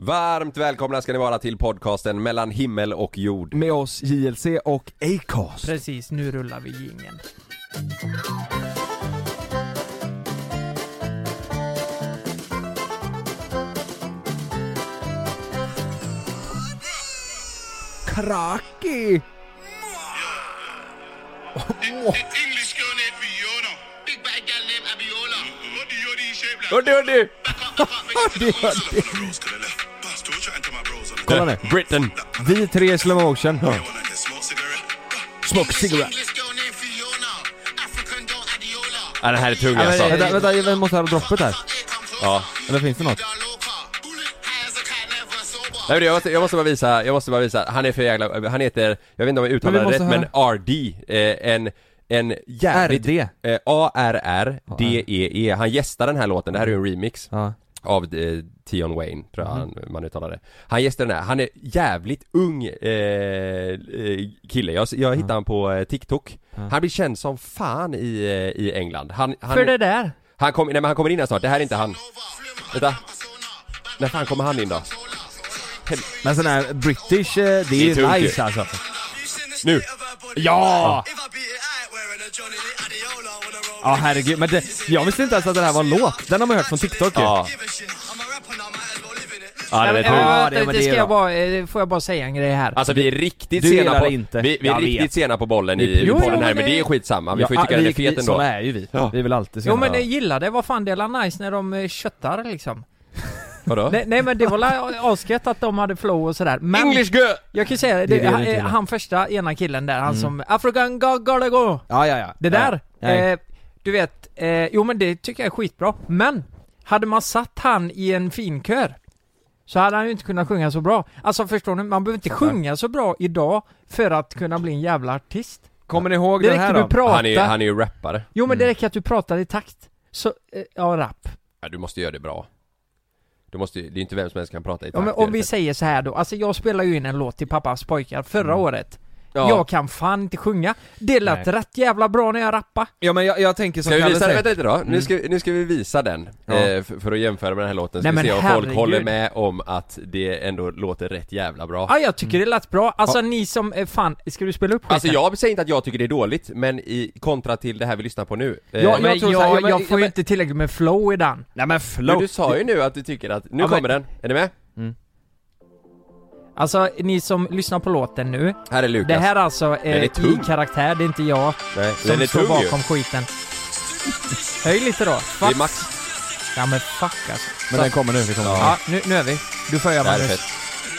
Varmt välkomna ska ni vara till podcasten Mellan himmel och jord. Med oss JLC och Acast. Precis, nu rullar vi jingeln. Kraki! Kolla nu, Britain. vi tre i slow motion. Smoke cigarette. Ja, den här är tung alltså. Vänta, vi måste höra droppet här. Ja. Eller finns det något? Nej, men jag måste bara visa. Han är för jävla, han heter, jag vet inte om jag uttalar det rätt, men RD, en jävligt RD. ARRDEE. Han gästar den här låten. Det här är ju en remix. Ja. Av Tion Wayne, tror jag man uttalar det. Han gästar den här. Han är jävligt ung kille. Jag hittade han på TikTok. Han blir känd som fan i England. Han För det där. Han kommer in här snart. Det här är inte han. Vänta. När fan kommer han in då? Men sån här British, det är ju tungt nice ju. alltså. Nu. Ja! Ja, herregud, men jag visste inte ens att det här var en låt. Den har man hört från TikTok. Ja. Ja, det är Får jag bara säga en grej här. Alltså vi är riktigt Du sena gillar på det inte. vi är riktigt sena på bollen i Jo, podden här, men men det är skitsamma. Vi får ju tycka den är fet ändå. Så är ju vi. Ja. Vi är väl alltid sena. Jo men jag gillar det, vad fan det är nice när de köttar liksom. Vadå? Nej men det var avskrätt att de hade flow och sådär. Men English girl! jag kan säga Det är det han första ena killen där, han som African gotta go. Ja. Det där, Nej. du vet, jo men det tycker jag är skitbra. Men, hade man satt han i en finkör så hade han ju inte kunnat sjunga så bra. Alltså förstår ni, man behöver inte sjunga så bra idag för att kunna bli en jävla artist. Kommer ni ihåg Det den här räcker då? du prata. Han är ju rappare. Jo men det räcker att du pratar i takt. Så, ja, rap. Ja, du måste göra det bra. Det är inte vem som helst kan prata i Ja, takt. men om vi säger så här då, alltså jag spelar ju in en låt till Pappas pojkar förra året. Ja. Jag kan fan inte sjunga. Det lät rätt jävla bra när jag rappar. Ja men jag tänker som Ska vi Kalle visa den? säger. Vänta lite då. Nu ska vi visa den. Ja. För att jämföra med den här låten. Ska Nej, vi se men om folk herregud. håller med om att det ändå låter rätt jävla bra. Ja, jag tycker det lät bra. Alltså ni som är fan, ska du spela upp skiten? Alltså jag säger inte att jag tycker det är dåligt, men i kontra till det här vi lyssnar på nu. Ja, men tror så här, jag får ju inte tillräckligt med flow i den. Nej men Men flow. du sa ju nu att du tycker att, nu Ja, kommer men- den. Är ni med? Alltså ni som lyssnar på låten nu, Här är Lukas. det här alltså är i tung. karaktär, det är inte jag Nej, som den är står tung ju. bakom skiten. Höj lite då. Det Fuck. är Max. Ja men fuck alltså. Men den kommer nu, vi kommer. Ja, nu är vi. Du får göra Det här är Magnus. fett.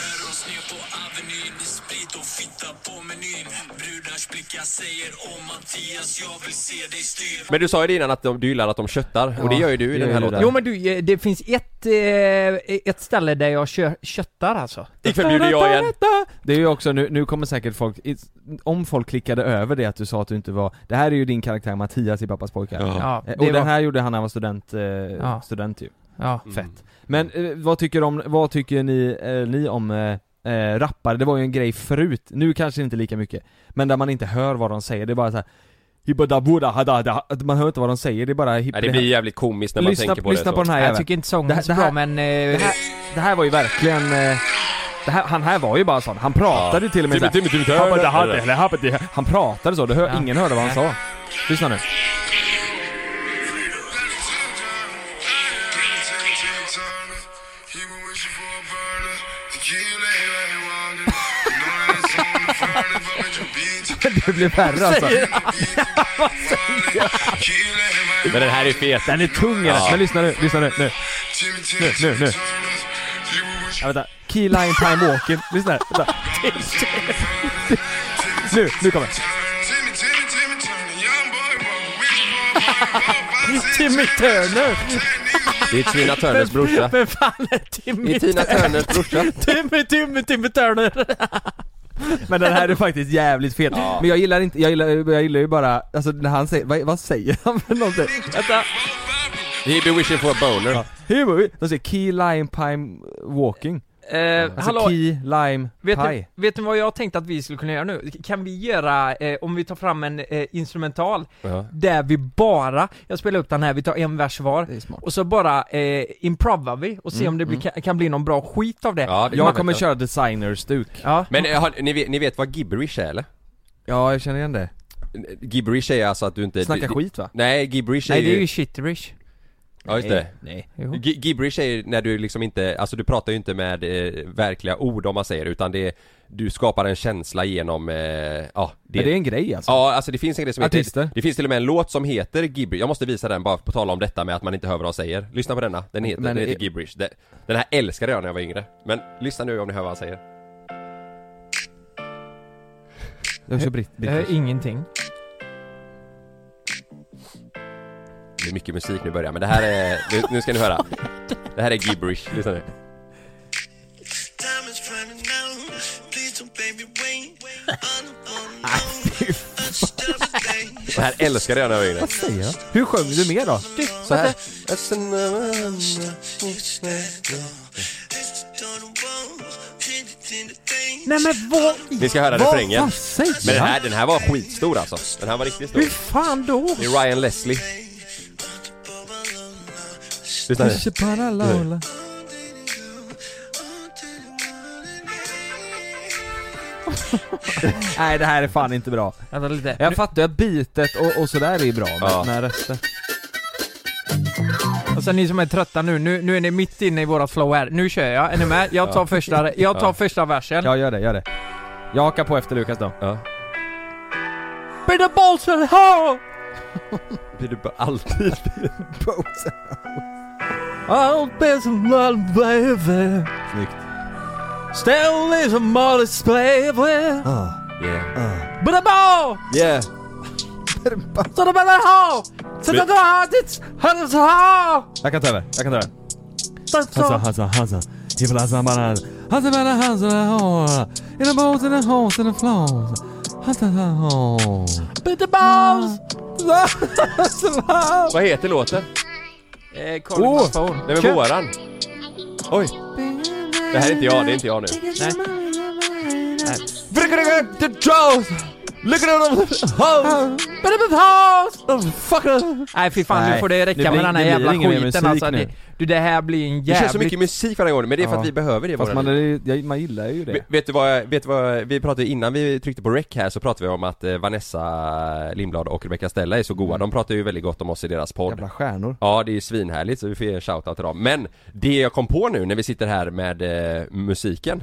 Men du sa ju det innan att du gillar att de köttar. Och det gör ju du i den här låten. Jo men du, det finns ett ställe där jag köttar alltså. Ikväll bjuder jag igen. Det är ju också, nu kommer säkert folk, om folk klickade över det att du sa att du inte var, det här är ju din karaktär Mattias i Pappas pojkar. Ja. Ja, det Och den var, här gjorde han när han var student ju. ja. Fett. Men vad tycker ni om rappare? Det var ju en grej förut, nu kanske inte lika mycket, men där man inte hör vad de säger, det är bara så här. Man hör inte vad de säger, det är bara Nej, det blir jävligt komiskt när man tänker på det. Lyssna på den här Jag jäveln. tycker inte sången är så bra men det här var ju verkligen han här var ju bara sån. Han pratade ju till och med han pratade så, ingen hörde vad han sa. Lyssna nu. Det blir värre alltså. Men den här är fet. Den är tung men lyssna nu. Nu. Ja, vänta. Key line time walking. Lyssna här. Vänta. Nu kommer. Timmy Turner. Det är Tina Turners brorsa. Vem fan är Timmy Det är Tina Turners brorsa. Timmy Turner. Men den här är faktiskt jävligt fet. Ja. Men jag gillar ju bara, alltså när han säger, vad säger han för någonting? Vänta. He be wishing for a boner. De säger key line time walking. Hallå, key, lime, pie. Vet ni vad jag tänkte att vi skulle kunna göra nu? Kan vi göra, om vi tar fram en instrumental där vi bara, jag spelar upp den här, vi tar en vers var och så bara improvar vi och ser om det kan bli någon bra skit av det. Ja, jag kommer köra designer-stuk. Ja. Men ni vet vad gibberish är, eller? Ja, jag känner igen det. Gibberish är alltså att du inte... Snacka skit, va? Nej, gibberish Nej, det är ju shitterish. Ja, just det. Nej. Gibberish är när du liksom inte, alltså du pratar ju inte med verkliga ord om man säger, utan du skapar en känsla genom, Men det är en grej alltså. Ja, alltså det finns en grej som Artister. heter, det finns till och med en låt som heter Gibberish. Jag måste visa den bara på tala om detta med att man inte hör vad de säger. Lyssna på denna, den heter Gibberish. Den här älskade jag när jag var yngre. Men lyssna nu om ni hör vad han säger. Jag kör ingenting. Det är mycket musik nu börjar, men det här är, nu ska ni höra. Det här är Gibberish, lyssna nu. Det här älskade jag när jag var yngre. Vad säger jag? Hur sjöng du mer då? Så här. Nej men vad... Ni ska höra refrängen. Vad säger Men den här var skitstor alltså. Den här var riktigt stor. Hur fan då? Det är Ryan Leslie. Lyssna nu. Nej, det här är fan inte bra. Jag fattar att bitet och sådär är bra, men resten. Alltså ni som är trötta nu är ni mitt inne i vårat flow här. Nu kör jag, är ni med? Jag tar första versen. Ja, gör det. Jag hakar på efter Lukas då. Ja. Be the balls and how! Blir du alltid Balls. I'll be some little baby. Snyggt. Still is a modest baby. Yeah. But the ball! Yeah. So the belly how! So the heart it's how! Jag kan ta över. Hansa. Ifall Hansa bara Hansa. In the balls in the holes in the floors. Hansa. Be the balls! Vad heter låten? Calling my phone. Det är med våran. Oj. Det här är inte jag, det är inte jag nu. Nej. Look at them. Nej fy fan, nu får det räcka med den här jävla skiten alltså. Det här blir en jävligt... Det känns så mycket musik varje gång, men det är för att vi behöver det. Fast man gillar ju det. Vet du vad vi pratade innan vi tryckte på rec här, så pratade vi om att Vanessa Lindblad och Rebecca Stella är så goda. De pratar ju väldigt gott om oss i deras podd. Jävla stjärnor. Ja, det är svinhärligt, så vi får ge en shoutout till dem. Men det jag kom på nu när vi sitter här med musiken,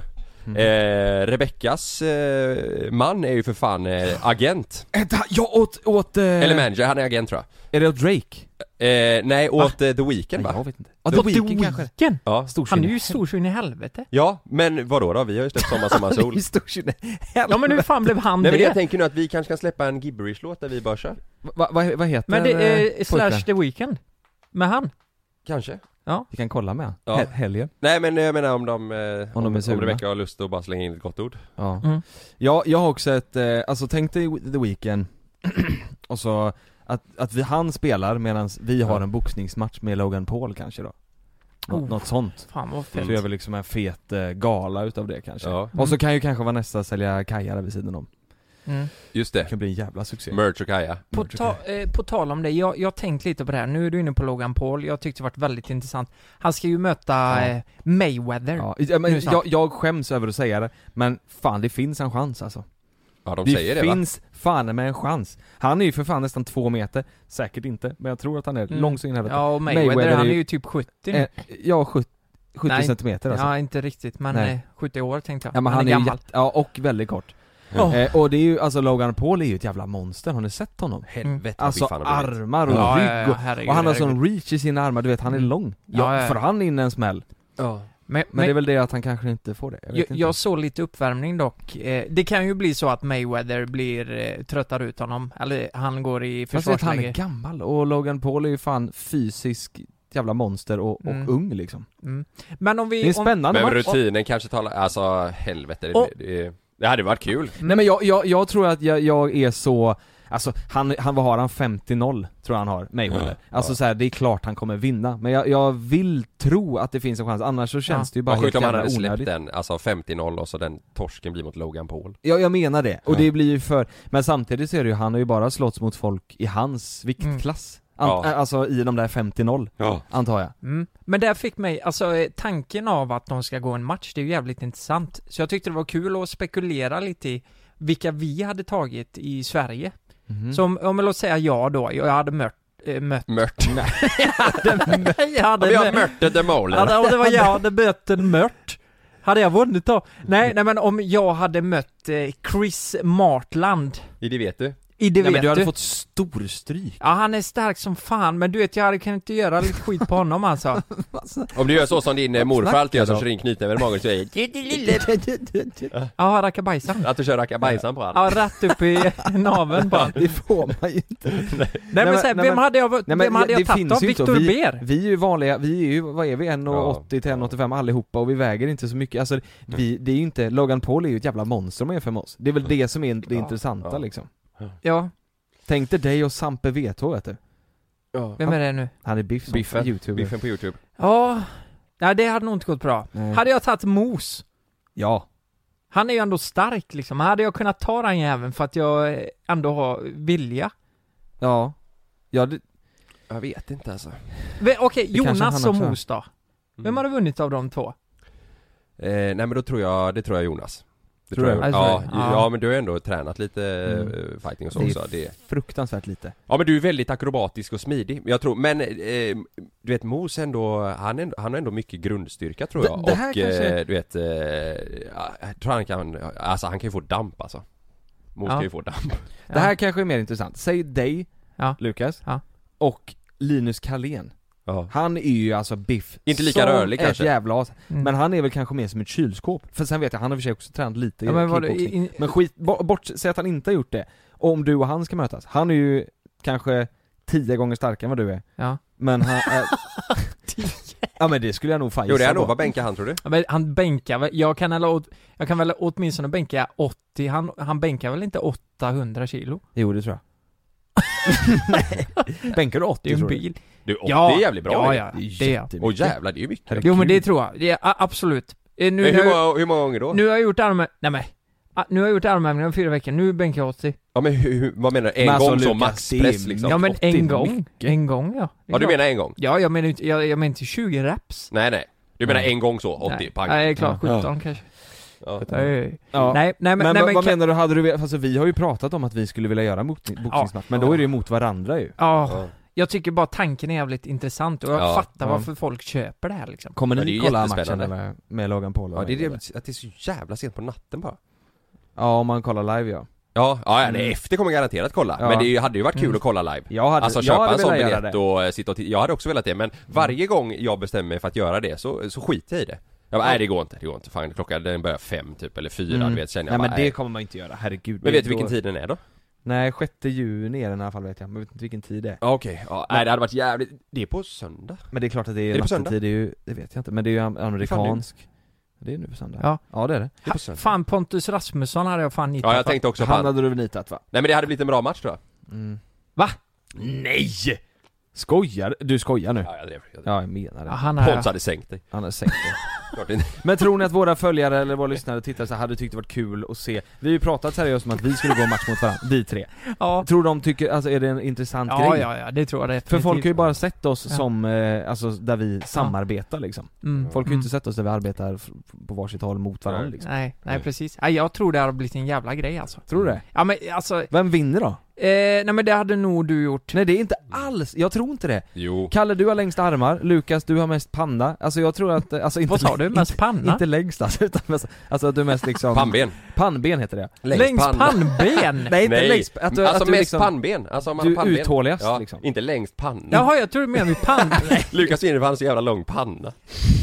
Rebeckas man är ju för fan agent. Jag åt eller manager, han är agent tror jag. Är det åt Drake? Nej, åt The Weeknd va? Jag vet inte. The Weeknd kanske? Ja. Han är ju storsyn i helvete. Ja, men vadå? Vi har ju släppt Sommar Sol. Ja, men hur fan blev han det? Nej, men jag tänker nu att vi kanske kan släppa en Gibberish-låt där vi bara kör. Vad heter men det är Slash The Weeknd med han. Kanske. Ja. Vi kan kolla med helgen. Nej, men jag menar om Rebecca har lust att bara slänga in ett gott ord. Ja. Jag har också alltså tänk dig The Weeknd och så att han spelar medan vi har en boxningsmatch med Logan Paul kanske då. Något sånt. Fan vad fett. Så gör vi liksom en fet gala utav det kanske. Ja. Och så kan ju kanske Vanessa sälja kajar vid sidan om. Just det. Det kan bli en jävla succé. Merch och kaja. På tal om det, jag har tänkt lite på det här. Nu är du inne på Logan Paul. Jag tyckte det varit väldigt intressant. Han ska ju möta Mayweather. Ja, men jag skäms över att säga det, men fan det finns en chans alltså. Ja, de säger det finns fan med en chans. Han är ju för fan nästan 2 meter. Säkert inte, men jag tror att han är lång så in här. Ja, och Mayweather han är ju typ 70. 70 centimeter alltså. Ja, inte riktigt, men 70 år tänkte jag. Ja, men han är gammal. Och väldigt kort. Och det är ju, alltså Logan Paul är ju ett jävla monster, har ni sett honom? Helvete, alltså armar och rygg och han har sån reach i sina armar, du vet, han är lång. För han är inne en smäll. Men det är väl det att han kanske inte får det. Jag såg lite uppvärmning dock. Det kan ju bli så att Mayweather tröttar ut honom, eller han går i försvarsläge. Han är gammal och Logan Paul är ju fan fysisk jävla monster och ung liksom. Men om vi... Det är spännande. Men rutinen kanske talar, alltså helvete, det hade varit kul. Nej men jag tror att jag är så, alltså vad har han? 50-0 tror jag han har, Mayweather. Alltså så här, det är klart han kommer vinna. Men jag vill tro att det finns en chans, annars så känns det ju bara helt jävla onödigt. Den, alltså 50-0 och så den torsken blir mot Logan Paul. Ja, jag menar det. Och det blir ju men samtidigt så är det ju, han har ju bara slått mot folk i hans viktklass. Alltså i de där 50-0, antar jag. Men det fick mig, alltså tanken av att de ska gå en match, det är ju jävligt intressant. Så jag tyckte det var kul att spekulera lite i vilka vi hade tagit i Sverige. Som, om jag låt säga jag hade mött. Nej, jag hade mört the Mole. Ja, det var jag hade mött en mört. Hade jag vunnit då? Nej, men om jag hade mött Chris Martland. Det vet du. Men du hade fått stor stryk. Ja, han är stark som fan, men du vet, jag hade kan inte göra lite skit på honom alltså. Om du gör så som din morfar alltid gör, så kör in knytnäven i magen och säger ja, rackabajsan. att du kör rackabajsan på han. Ja, rätt upp i naveln bara. Det får man ju inte. Nej, men så vem hade jag tagit av? Victor Beer? Vi är ju vanliga, vi är ju, vad är vi, 1,80 till 1,85 allihopa, och vi väger inte så mycket. Alltså, det är ju inte, Logan Paul är ju ett jävla monster med för oss. Det är väl det som är det intressanta liksom. Ja. Tänk dig och Sampe Veto, vet du. Ja. Vem är det nu? Han är Biffen på YouTube. Ja. Nej, det hade nog inte gått bra. Nej. Hade jag tagit Mos? Ja. Han är ju ändå stark liksom. Hade jag kunnat ta den även för att jag ändå har vilja? Ja. Jag vet inte alltså. Okej, Jonas och Mos då? Vem hade vunnit av de två? Nej, men då tror jag Jonas. Tror jag. Ja, men du har ändå tränat lite fighting och så också. Det är fruktansvärt lite. Ja, men du är väldigt akrobatisk och smidig. Jag tror, men du vet, Mos ändå, han har ändå mycket grundstyrka tror jag. Det här och kanske... du vet, jag tror han kan ju få damp alltså. Mos kan ju få damp. Det här kanske är mer intressant. Säg dig, Lukas, och Linus Karlén. Han är ju alltså biff. Inte lika rörlig kanske. Ett jävla as. Men han är väl kanske mer som ett kylskåp. För sen vet jag, han har för sig också tränat lite i kickboxing. Men skit, säg att han inte har gjort det. Och om du och han ska mötas. Han är ju kanske 10 gånger starkare än vad du är. Ja. Men han är... Ja, men det skulle jag nog fan gissa. Jo, det är nog. Vad bänkar han, tror du? Ja, men han bänkar, jag kan väl åtminstone bänka 80. Han bänkar väl inte 800 kilo? Jo, det tror jag. Nej. Bänkar du 80? Det är en bil. Du, 80 är jävligt bra. Ja, det är. Åh jävlar, det är ju mycket. Jo, men det tror jag. Det är, absolut. Hur många gånger då? Nu har jag gjort nu har jag gjort armhävningar om 4 veckor. Nu bänkar jag 80. Ja, men vad menar du? En gång som maxpress liksom? Ja, men en gång. En gång, ja. Ja, du menar en gång? Ja, jag menar inte 20 reps. Nej. Du menar en gång så, 80 pang. Nej, klart 17 kanske. Ja. Nej, men vad menar du, hade du, alltså vi har ju pratat om att vi skulle vilja göra boxningsmatch, men då är det ju mot varandra ju. Ja. Jag tycker bara tanken är jävligt intressant och jag fattar varför folk köper det här liksom. Kommer ni kolla matchen med Logan Paul? Ja, det är att det är så jävla sent på natten bara. Ja, om man kollar live, ja. Ja, efter kommer garanterat kolla. Men det hade ju varit kul att kolla live. Alltså köpa en sån biljett och sitta och titta. Jag hade också velat det, men varje gång jag bestämmer mig för att göra det så skiter jag i det. Jag bara, nej det går inte. Fan, klockan den börjar 5 typ, eller 4, du vet, känner jag. Nej, men det kommer man inte göra, herregud. Men vet du vilken tid den är då? Nej, 6 juni är den i alla fall, vet jag. Men vet inte vilken tid det är. Okej. Nej, det hade varit jävligt. Det är på söndag. Men det är klart att det är nattetid, det är ju, det vet jag inte. Men det är ju amerikansk. Det är nu på söndag. Ja, det är det. Det är på söndag. Fan, Pontus Rasmusson hade jag fan nitat. Ja, jag tänkte också han hade du nitat, va? Nej, men det hade blivit en bra match tror jag. Va? Nej! Skojar? Du skojar nu? Ja, jag drev. Ja, jag menar det. Ja, Pontus hade sänkt dig. Han hade sänkt dig. Men tror ni att våra följare eller våra lyssnare och tittare så hade tyckt det varit kul att se? Vi har ju pratat seriöst om att vi skulle gå en match mot varandra, vi 3. Ja. Tror de tycker, alltså är det en intressant grej? Ja, det tror jag det. För folk har ju bara sett oss som, alltså där vi samarbetar liksom. Folk har ju inte sett oss där vi arbetar på varsitt håll mot varandra liksom. Nej, precis. Jag tror det har blivit en jävla grej alltså. Tror du det? Ja, men alltså... Vem vinner då? Nej, men det hade nog du gjort. Nej, det är inte alls, jag tror inte det. Jo. Kalle, du har längst armar. Lukas, du har mest panna. Alltså jag tror att, alltså inte... Vad sa du? Mest panna? Inte längst alltså, utan mest, alltså att du är mest liksom... Pannben heter det. Längst pannben? Nej, inte längst. Alltså att mest liksom, pannben. Alltså om man du har pannben. uthålligast ja, liksom. Inte längst panna. Jaha, jag tror du menar med panna. Lukas vinner för han så jävla lång panna.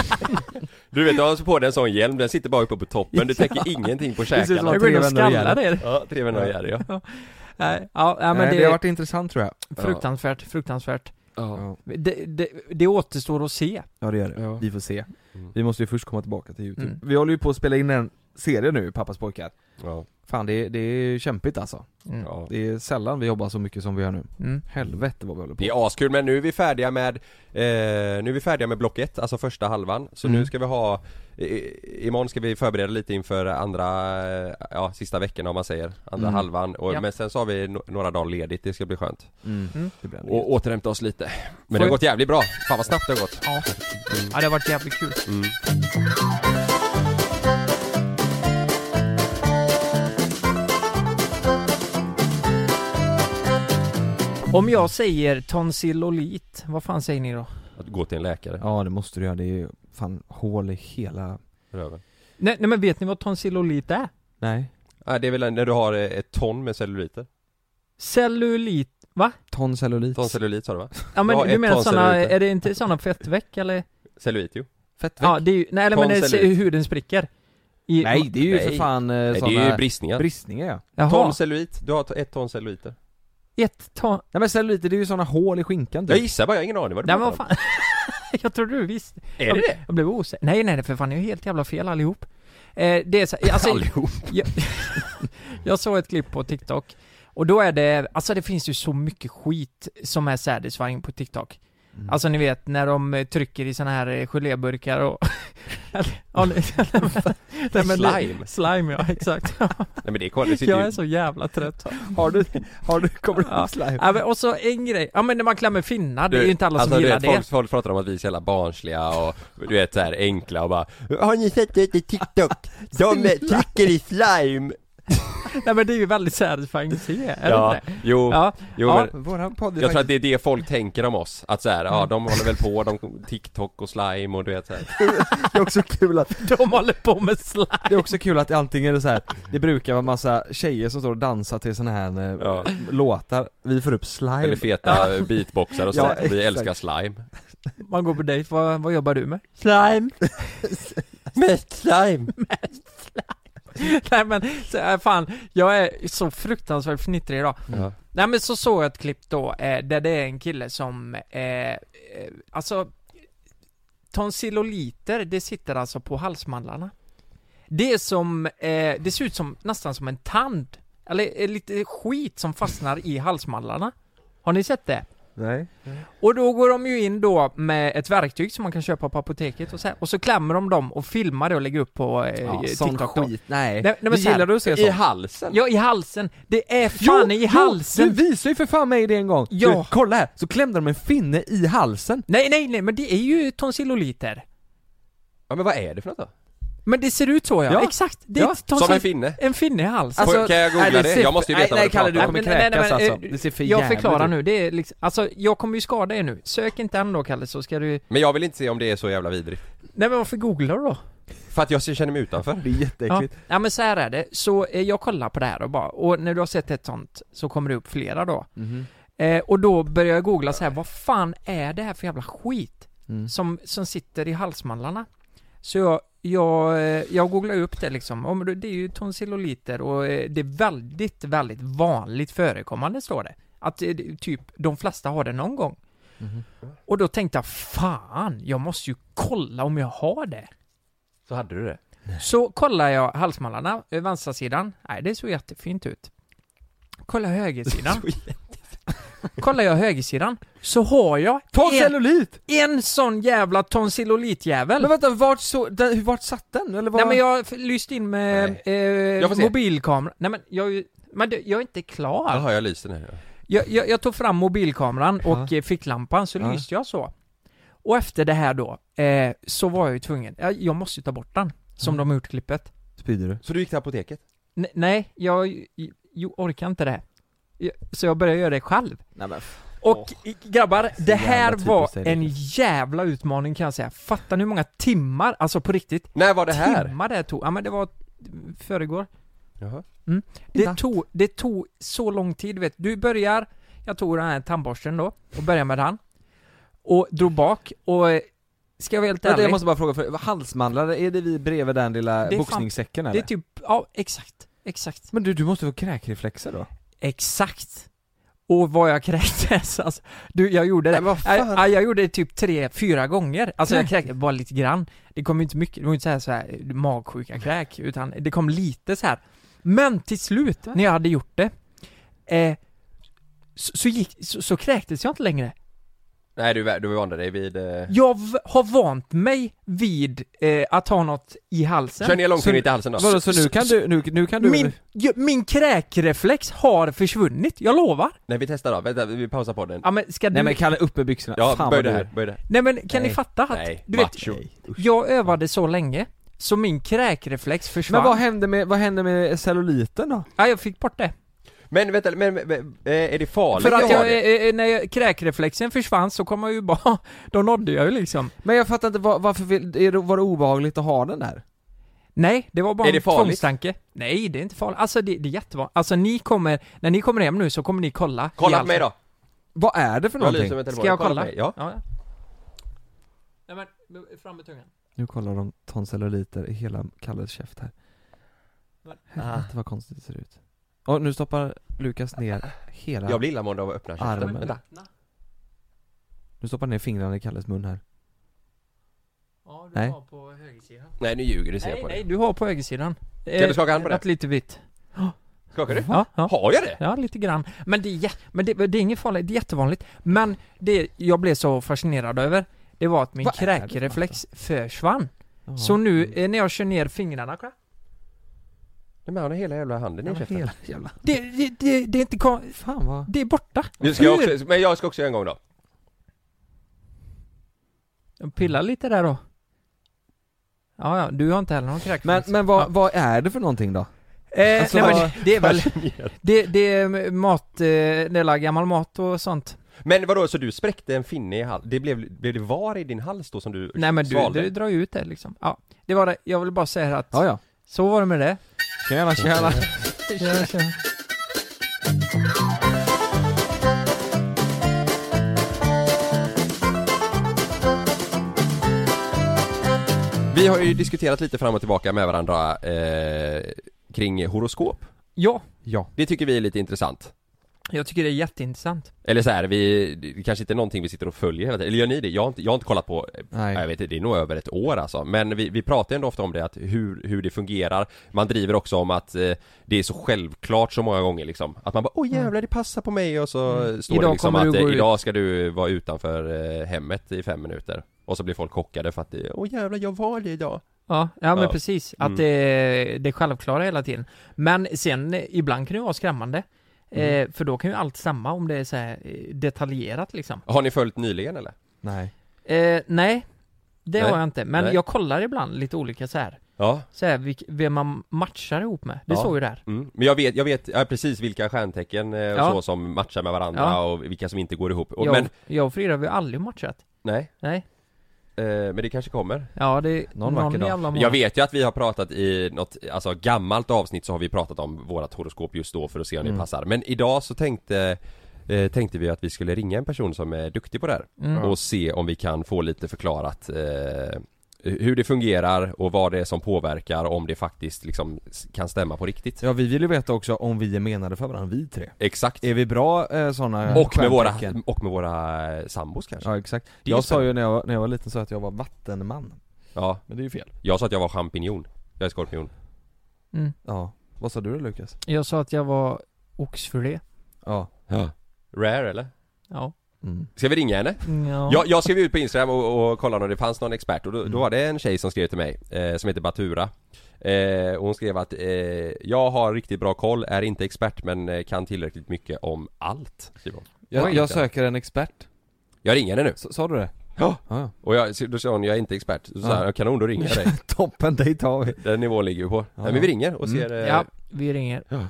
Du vet, du har alltså på dig en sån hjälm, den sitter bara uppe på toppen. Du täcker ingenting på käkarna. Jag går in och skallar det. Ja, 3 vänner och Jerry, ja. Nej, men det har varit intressant tror jag. Fruktansvärt. Ja. Det återstår att se. Ja, det gör det. Vi får se. Vi måste ju först komma tillbaka till YouTube. Vi håller ju på att spela in en serie nu, Pappas pojkar. Ja. Fan, det är kämpigt alltså. Ja. Det är sällan vi jobbar så mycket som vi gör nu. Helvete vad vi håller på. Det är askul, men nu är vi färdiga med block 1, alltså första halvan. Så nu ska vi ha imorgon ska vi förbereda lite inför andra sista veckan om man säger, andra halvan men sen så har vi några dagar ledigt, det ska bli skönt. Och återhämta oss lite. Men det har gått jävligt bra. Fan vad snabbt det har gått. Ja, det har varit jävligt kul. Om jag säger tonsillolit, vad fan säger ni då? Att gå till en läkare. Ja, det måste du göra. Det är ju fan hål i hela röven. Nej men vet ni vad tonsillolit är? Nej. Det är väl när du har ett ton med celluliter. Cellulit, va? Toncellulit. Toncellulit sa du va? Ja men du menar såna, är det inte såna fettväck eller? Cellulit ju. Fettväck? Ja, det är ju, nej men det är huden spricker. Nej, det är ju för fan nej, det är ju bristningar. Bristningar, ja. Toncellulit, du har ett ton celluliter. Ett ton? Nej men celluliter, det är ju såna hål i skinkan typ. Jag gissar bara, jag har ingen aning vad det var. Fan. Jag trodde du visste. Är det? Jag blev osäker. Nej, för fan, jag är helt jävla fel allihop. Det är så, alltså, allihop? Jag såg ett klipp på TikTok. Och då är det, alltså det finns ju så mycket skit som är satisfying på TikTok. Alltså ni vet, när de trycker i såna här geléburkar och slime, ja, exakt. Nej men det är jag är så jävla trött. Kommer du ihåg slime? Ja, men och så en grej, ja men när man klämmer finnar, det är ju inte alla som gillar det. Folk pratar om att vi är så jävla barnsliga och du vet så här enkla och bara, har ni sett det i TikTok? De trycker i slime. Nej men det är ju väldigt satisfying att se, är ja, det inte? Jo, men våran podd jag tror att det är det folk tänker om oss. Att så här, ja de håller väl på, TikTok och slime och du vet så här. Det är också kul att de håller på med slime. Det är också kul att antingen är det så här, det brukar vara massa tjejer som står och dansar till såna här låtar. Vi får upp slime. Eller feta beatboxar och så. Vi älskar slime. Man går på dejt, vad jobbar du med? Slime. Mest slime. Nej men, fan, jag är så fruktansvärt fnittrig idag. Nej men så såg jag ett klipp då, där det är en kille som, alltså, tonsilloliter, det sitter alltså på halsmandlarna. Det är som, det ser ut som, nästan som en tand, eller lite skit som fastnar i halsmandlarna. Har ni sett det? Nej. Och då går de ju in då med ett verktyg som man kan köpa på apoteket och så klämmer de dem och filmar det och lägger upp på TikTok då. Skit. Nej. Men gillar du att se sånt? I halsen? Ja, i halsen. Det är fan i halsen. Du visade ju för fan mig det en gång. Ja. Du, kolla här, så klämde de en finne i halsen. Nej, men det är ju tonsilloliter. Ja, men vad är det för något då? Men det ser ut så, ja. Exakt. Det är som en finne? En finne i halsen. Alltså, kan jag googla det? Jag måste ju veta vad det pratar om. Du kommer kräkas alltså. Det ser för jag förklarar nu, det är liksom, alltså jag kommer ju skada er nu. Sök inte ändå, Kalle, så ska du... Men jag vill inte se om det är så jävla vidrigt. Nej, men varför googlar du då? För att jag känner mig utanför. Det är jätteäckligt. Ja, men så här är det. Så jag kollar på det här och bara, och när du har sett ett sånt så kommer det upp flera då. Och då börjar jag googla så här, vad fan är det här för jävla skit som sitter i halsmandlarna? Så jag googlar upp det liksom. Det är ju tonsilloliter och det är väldigt, väldigt vanligt förekommande, står det. Att typ de flesta har det någon gång. Och då tänkte jag, fan, jag måste ju kolla om jag har det. Så hade du det? Så kollar jag halsmandlarna, vänstra sidan. Nej, det såg jättefint ut. Kollar högersidan. Kollar jag högersidan så har jag en sån jävla tonsillolitjävel. Men vänta, vart satt den? Eller var... Nej men jag lyste in med mobilkamera. Nej men jag är inte klar. Jaha, jag lyste den här. Jag tog fram mobilkameran och ficklampan, så lyste jag så. Och efter det här då så var jag ju tvungen. Jag måste ju ta bort den som de har gjort klippet. Spyder du? Så du gick till apoteket? Nej, jag orkar inte det. Så jag började göra det själv. Nej, men och grabbar, det här var en jävla utmaning, kan jag säga. Fattar ni hur många timmar, alltså på riktigt. När var det här? Timmar det tog. Ja, men det var föregår. Jaha. Det tog så lång tid, vet du. Jag tog den här tandborsten då och började med den. Och drog bak och ska jag vara helt ärlig. Jag måste bara fråga, för halsmandlar, är det vi bredvid den lilla boxningssäcken eller? Det är typ, ja, exakt. Men du måste få kräkreflexer då? Exakt. Och vad jag kräktes, alltså, jag gjorde det. Men vad fan? Jag gjorde det typ 3-4 gånger. Alltså jag kräktes bara lite grann. Det kom inte mycket, det var inte så här magsjuka kräk, utan det kom lite så här. Men till slut, när jag hade gjort det, så kräktes jag inte längre. Nej, du vande dig vid... Jag har vant mig vid att ha något i halsen. Kör ner långfingret i halsen då. Vadå, så nu kan du... Min kräkreflex har försvunnit, jag lovar. Nej, vi testar då. Vänta, vi pausar på den. Ja, men ska du... Nej men Kalle, upp med byxorna. Ja, Fan, börja vad här, du- börja där. Nej men kan ni fatta att... Nej, du vet, macho. jag övade så länge, så min kräkreflex försvann. Men vad hände med celluliten då? Ja, jag fick bort det. Men vänta, är det farligt? För att ha det? när kräkreflexen försvann så kom jag ju bara... Då nådde jag ju liksom. Men jag fattar inte, varför var det obehagligt att ha den där? Nej, det var bara Är det en farligt? tvångstanke. Nej, det är inte farligt. Alltså det är jättevanligt. Alltså när ni kommer hem nu så kommer ni kolla. Kolla på mig då. Vad är det för Jag lyser någonting? med telefonen. Ska jag på kolla? mig. Ja. Ja. Nej men, fram med tungan. Nu kollar de tonselluliter i hela Kalles käft här. Helvete vad konstigt det ser ut. Och nu stoppar Lukas ner hela... Jag blir illamående av att öppna käften. Armen. Vänta. Nu stoppar ner fingrarna i Kalles mun här. Ja, Nej. har på högersidan. Nej, nu ljuger du, ser jag på Nej, det. du har på högersidan. Kan du skaka hand på det? Något lite vitt. Skakar du? Ja. Har jag det? Ja, lite grann. Men det är inget farligt, det är jättevanligt. Men det jag blev så fascinerad över, det var att min Vad är det för kräkreflex försvann. Ja. Så nu när jag kör ner fingrarna, kolla. Nej, men han har hela jävla handen i käften. Hela jävla... Det är inte Fan vad... det är borta. Men jag ska också göra en gång då. Jag pillar lite där då. Ja, du har inte heller någon kräkreflex. Men vad är det för någonting då? Alltså, nej, men det är väl det är mat, det är gammal mat och sånt. Men vadå, så du spräckte en finne i halsen? Blev det var i din hals då som du Nej men svalde? du drar ju ut det liksom. Ja, det var det. Jag vill bara säga att Ja. så var det med det. Tjena. Tjena. Vi har ju diskuterat lite fram och tillbaka med varandra kring horoskop. Ja, Det tycker vi är lite intressant. jag tycker det är jätteintressant. Eller så här, det kanske inte är någonting vi sitter och följer hela tiden. Eller gör ni det? Jag har inte kollat på, Nej. jag vet inte, det är nog över ett år alltså. Men vi pratar ändå ofta om det, att hur det fungerar. Man driver också om att det är så självklart så många gånger liksom. Att man bara, åh jävlar, det passar på mig. Och så står Idag det liksom kommer att du gå ut. idag ska du vara utanför hemmet i 5 minuter. Och så blir folk chockade för att, åh jävlar, jag var det idag. Ja men Ja. precis. Att det är självklara hela tiden. Men sen ibland kan det vara skrämmande. För då kan ju allt stämma om det är så här detaljerat liksom. Har ni följt nyligen eller? Nej. Nej, det Nej. har jag inte. Men Nej. jag kollar ibland lite olika så här. Ja. Så här, vem man matchar ihop med. Det Ja. står ju där. Men jag vet precis vilka stjärntecken och Ja. så som matchar med varandra Ja. och vilka som inte går ihop. Och, Jag och Frida har ju aldrig matchat. Nej, Nej. men det kanske kommer. Ja, det är Någon vacker dag. jävla månad. Jag vet ju att vi har pratat i något, alltså gammalt avsnitt så har vi pratat om vårat horoskop just då för att se om det passar. Men idag så tänkte vi att vi skulle ringa en person som är duktig på det här och se om vi kan få lite förklarat hur det fungerar och vad det är som påverkar, om det faktiskt liksom kan stämma på riktigt. Ja, vi vill ju veta också om vi är menade för varandra, vi tre. Exakt. Är vi bra sådana Och med våra sambos kanske. Ja, exakt. Det är Jag sa så. ju när jag var liten så att jag var vattenman. Ja, Men det är ju fel. jag sa att jag var champinjon. Jag är skorpion. Ja. Vad sa du då, Lukas? Jag sa att jag var oxfilé. Ja. Rare eller? Ja. Ska vi ringa henne? Ja. Jag skrev ut på Instagram och kollade om det fanns någon expert och då var det en tjej som skrev till mig som heter Batura. Och hon skrev att jag har riktigt bra koll, är inte expert men kan tillräckligt mycket om allt. Jag söker en expert. Jag ringer henne nu. Sa du det? Ja. Ja. Och då sa hon, jag är inte expert. Så sa jag, kanon, då ringer jag dig. Toppen, dig tar vi. Den nivån ligger vi på. Ja. Nej, men vi ringer och ser... Ja, vi ringer. Ja.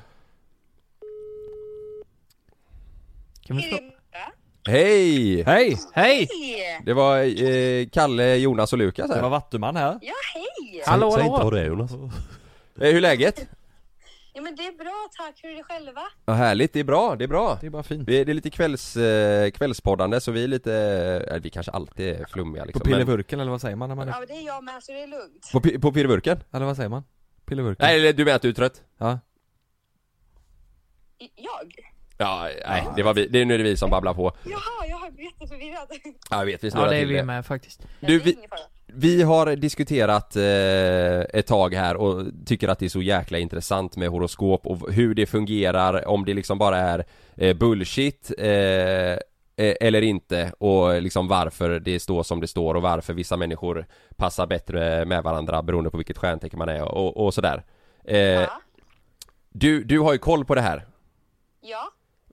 Kan vi slå? Hej! Hej! Hej! Det var Kalle, Jonas och Lukas Det var här. vattuman här. Ja, hej! Hallå, Säg inte hallå. vad det är, Jonas. Hur är läget? Ja, men det är bra, tack. Hur är det själva? Ja, härligt, det är bra. Det är bara fint. Det är lite kvällspoddande så vi är lite, vi kanske alltid är flummiga liksom. På pillevurken eller vad säger man när man är... Ja, det är jag med, så det är lugnt. På pirrburken? Eller vad säger man? Pillevurken? Nej, eller du menar att du är trött? Ja. Jag? Ja, nej, det var vi. Det är nu vi som babblar på. Jaha, jag är jätteförvirrad. Ja, jag vet, vi Ja, snurrar det är till vi det. med faktiskt. Du, Det är ingen fara. vi har diskuterat ett tag här och tycker att det är så jäkla intressant med horoskop och hur det fungerar, om det liksom bara är bullshit eller inte, och liksom varför det står som det står och varför vissa människor passar bättre med varandra beroende på vilket stjärntecken man är och sådär. Ja. Du har ju koll på det här. Ja.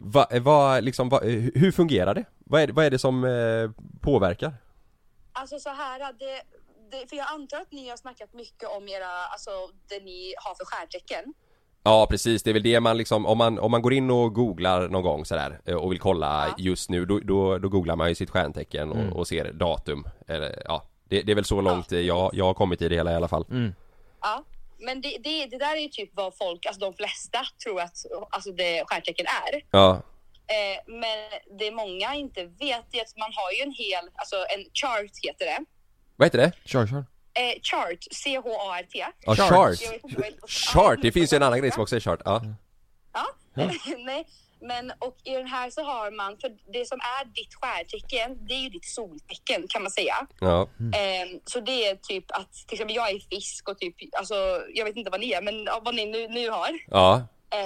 Hur fungerar det? Vad är det som påverkar? Alltså så här, för jag antar att ni har snackat mycket om det ni har för stjärntecken. Ja, precis, det är väl det man liksom, om man går in och googlar någon gång sådär och vill kolla just nu, då googlar man ju sitt stjärntecken och ser datum, eller ja, det är väl så långt jag har kommit i det hela i alla fall. Ja, men det där är ju typ vad folk, alltså de flesta tror att det stjärntecken är. Ja. Men det många inte vet är att man har ju en chart heter det. Vad heter det? Kör. Chart, C-H-A-R-T. Ja, chart. Jag vet inte vad- Chart, det finns ju en annan grej som också är chart. Ja. Ja, nej. Men och i den här så har man, för det som är ditt stjärntecken, det är ju ditt soltecken kan man säga. Ja. Så det är typ att, till exempel jag är fisk och typ, alltså jag vet inte vad ni är, men vad ni nu har. Ja.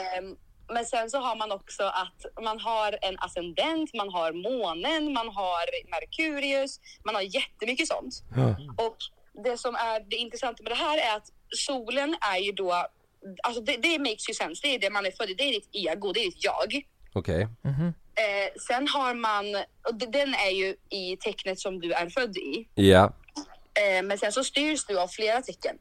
Men sen så har man också att man har en ascendent, man har månen, man har Merkurius, man har jättemycket sånt. Och det som är det intressanta med det här är att solen är ju då, alltså det makes you sense, det är det man är född i, det är ditt ego, det är ditt jag. Okej. Sen har man, och den är ju i tecknet som du är född i. Ja. Men sen så styrs du av flera tecken.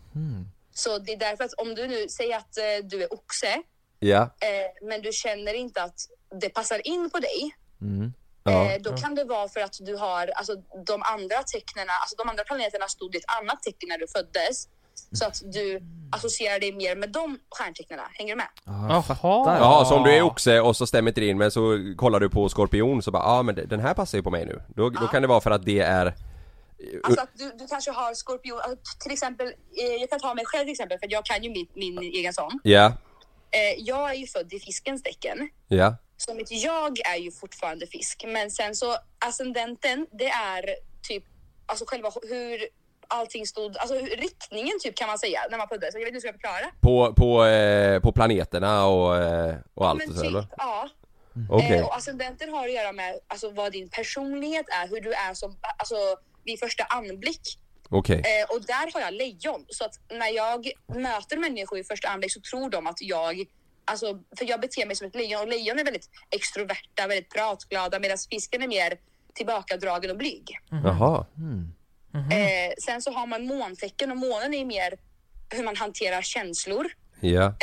Så det är därför att om du nu säger att du är oxe, Ja. men du känner inte att det passar in på dig, Ja. då kan det vara för att du har, alltså de andra tecknena, alltså de andra planeterna stod i ett annat tecken när du föddes, så att du associerar dig mer med de stjärntecknena. Hänger du med? Jaha. Ja, så om du är oxe och så stämmer inte det in, men så kollar du på skorpion så bara, men den här passar ju på mig nu. Då kan det vara för att det är... Alltså att du kanske har skorpion, alltså, till exempel, jag kan ta mig själv till exempel, för jag kan ju min egen sån. Ja. Jag är ju född i fiskens tecken. Ja. Så mitt jag är ju fortfarande fisk. Men sen så ascendenten, det är typ, alltså själva hur allting stod, alltså riktningen typ kan man säga när man föddes. Jag vet inte hur jag ska förklara. På planeterna och allt Men och så, typ, eller? ja. Okej. Och ascendenten har att göra med alltså, vad din personlighet är, hur du är som, alltså vid första anblick. Okej. Och där har jag lejon. Så att när jag möter människor i första anblick så tror de att jag, alltså, för jag beter mig som ett lejon. Och lejon är väldigt extroverta, väldigt pratglada, medan fisken är mer tillbakadragen och blyg. Jaha. Sen så har man måntecken, och månen är mer hur man hanterar känslor. Ja.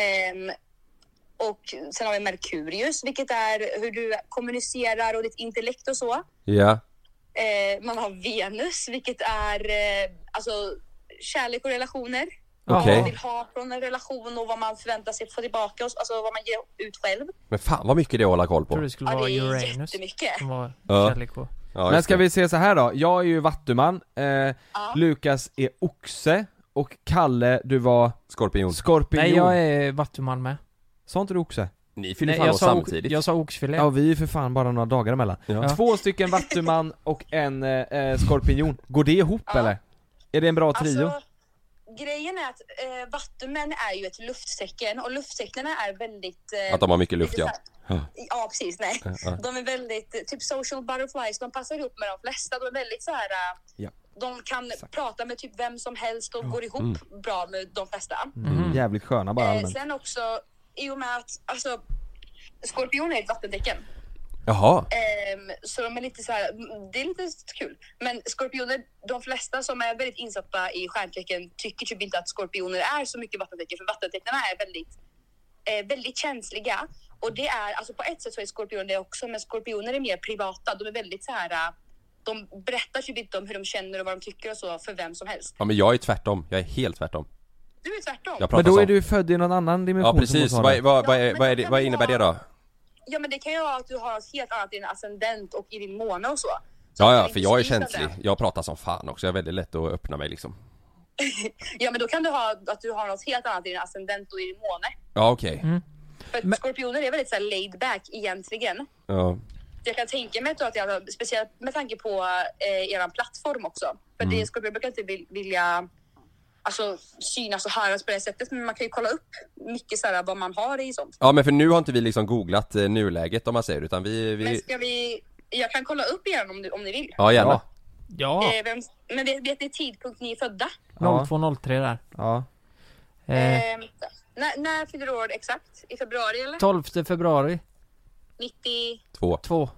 Och sen har vi Merkurius, vilket är hur du kommunicerar och ditt intellekt och så. Ja. Man har Venus, vilket är alltså kärlek och relationer. Okej. Vad man vill ha från en relation och vad man förväntar sig få tillbaka, alltså vad man ger ut själv. Men fan vad mycket det är att hålla koll Jag tror på. det skulle Ja, vara det är Uranus jättemycket. som var Ja. kärlek och... Ja, Men just ska det. vi se så här då, jag är ju vattuman, Lukas är oxe och Kalle, du var Skorpion. skorpion. Nej, jag är vattuman med. Sa inte du oxe? Ni fyller Nej, fan jag oss sa, samtidigt. jag sa oxfilé. Ja, vi är för fan bara några dagar emellan. Ja. 2 stycken vattuman och en skorpion. Går det ihop Ja. eller? Är det en bra trio? Alltså, grejen är att vattumän är ju ett lufttecken, och lufttecknen är väldigt... Att de har mycket luft, lite ja. så här- Ja, precis, nej. Ja. De är väldigt, typ social butterflies, de passar ihop med de flesta. De är väldigt så här... Ja. De kan prata med typ vem som helst och går ihop bra med de flesta. Jävligt sköna bara allmänt. Sen också, i och med att, alltså, skorpion är ett vattentecken. Jaha. Så de är lite så här, det är lite kul. Men skorpioner, de flesta som är väldigt insatta i stjärntecken tycker typ inte att skorpioner är så mycket vattentecken. För vattentecknarna är väldigt känsliga. Och det är, alltså på ett sätt så är skorpioner det också, men skorpioner är mer privata. De är väldigt så här, de berättar typ inte om hur de känner och vad de tycker och så för vem som helst. Ja, men jag är tvärtom. Jag är helt tvärtom. Du är tvärtom. Jag pratar Men då så. är du född i någon annan dimension. Ja, precis. som hon sa där. Vad innebär det då? Ja, men det kan ju vara att du har något helt annat i din ascendent och i din måne och så. Ja, för jag är inte styrs av känslig. det. Jag pratar som fan också. Jag är väldigt lätt att öppna mig liksom. Ja, men då kan du ha att du har något helt annat i din ascendent och i din måne. Ja, okej. För skorpioner är väldigt så här laid back egentligen. Ja. Jag kan tänka mig att jag, speciellt med tanke på er plattform också. För det skorpioner brukar inte vilja alltså, synas och höras på det sättet. Men man kan ju kolla upp mycket så här, vad man har i sånt. Ja, men för nu har inte vi liksom googlat nuläget om man säger, utan Men jag kan kolla upp igen om ni vill. Ja, gärna. Ja. Men vet ni tidpunkt ni är födda? 0203 där. Ja. När fyller du år exakt? I februari eller? 12 februari 2. 2.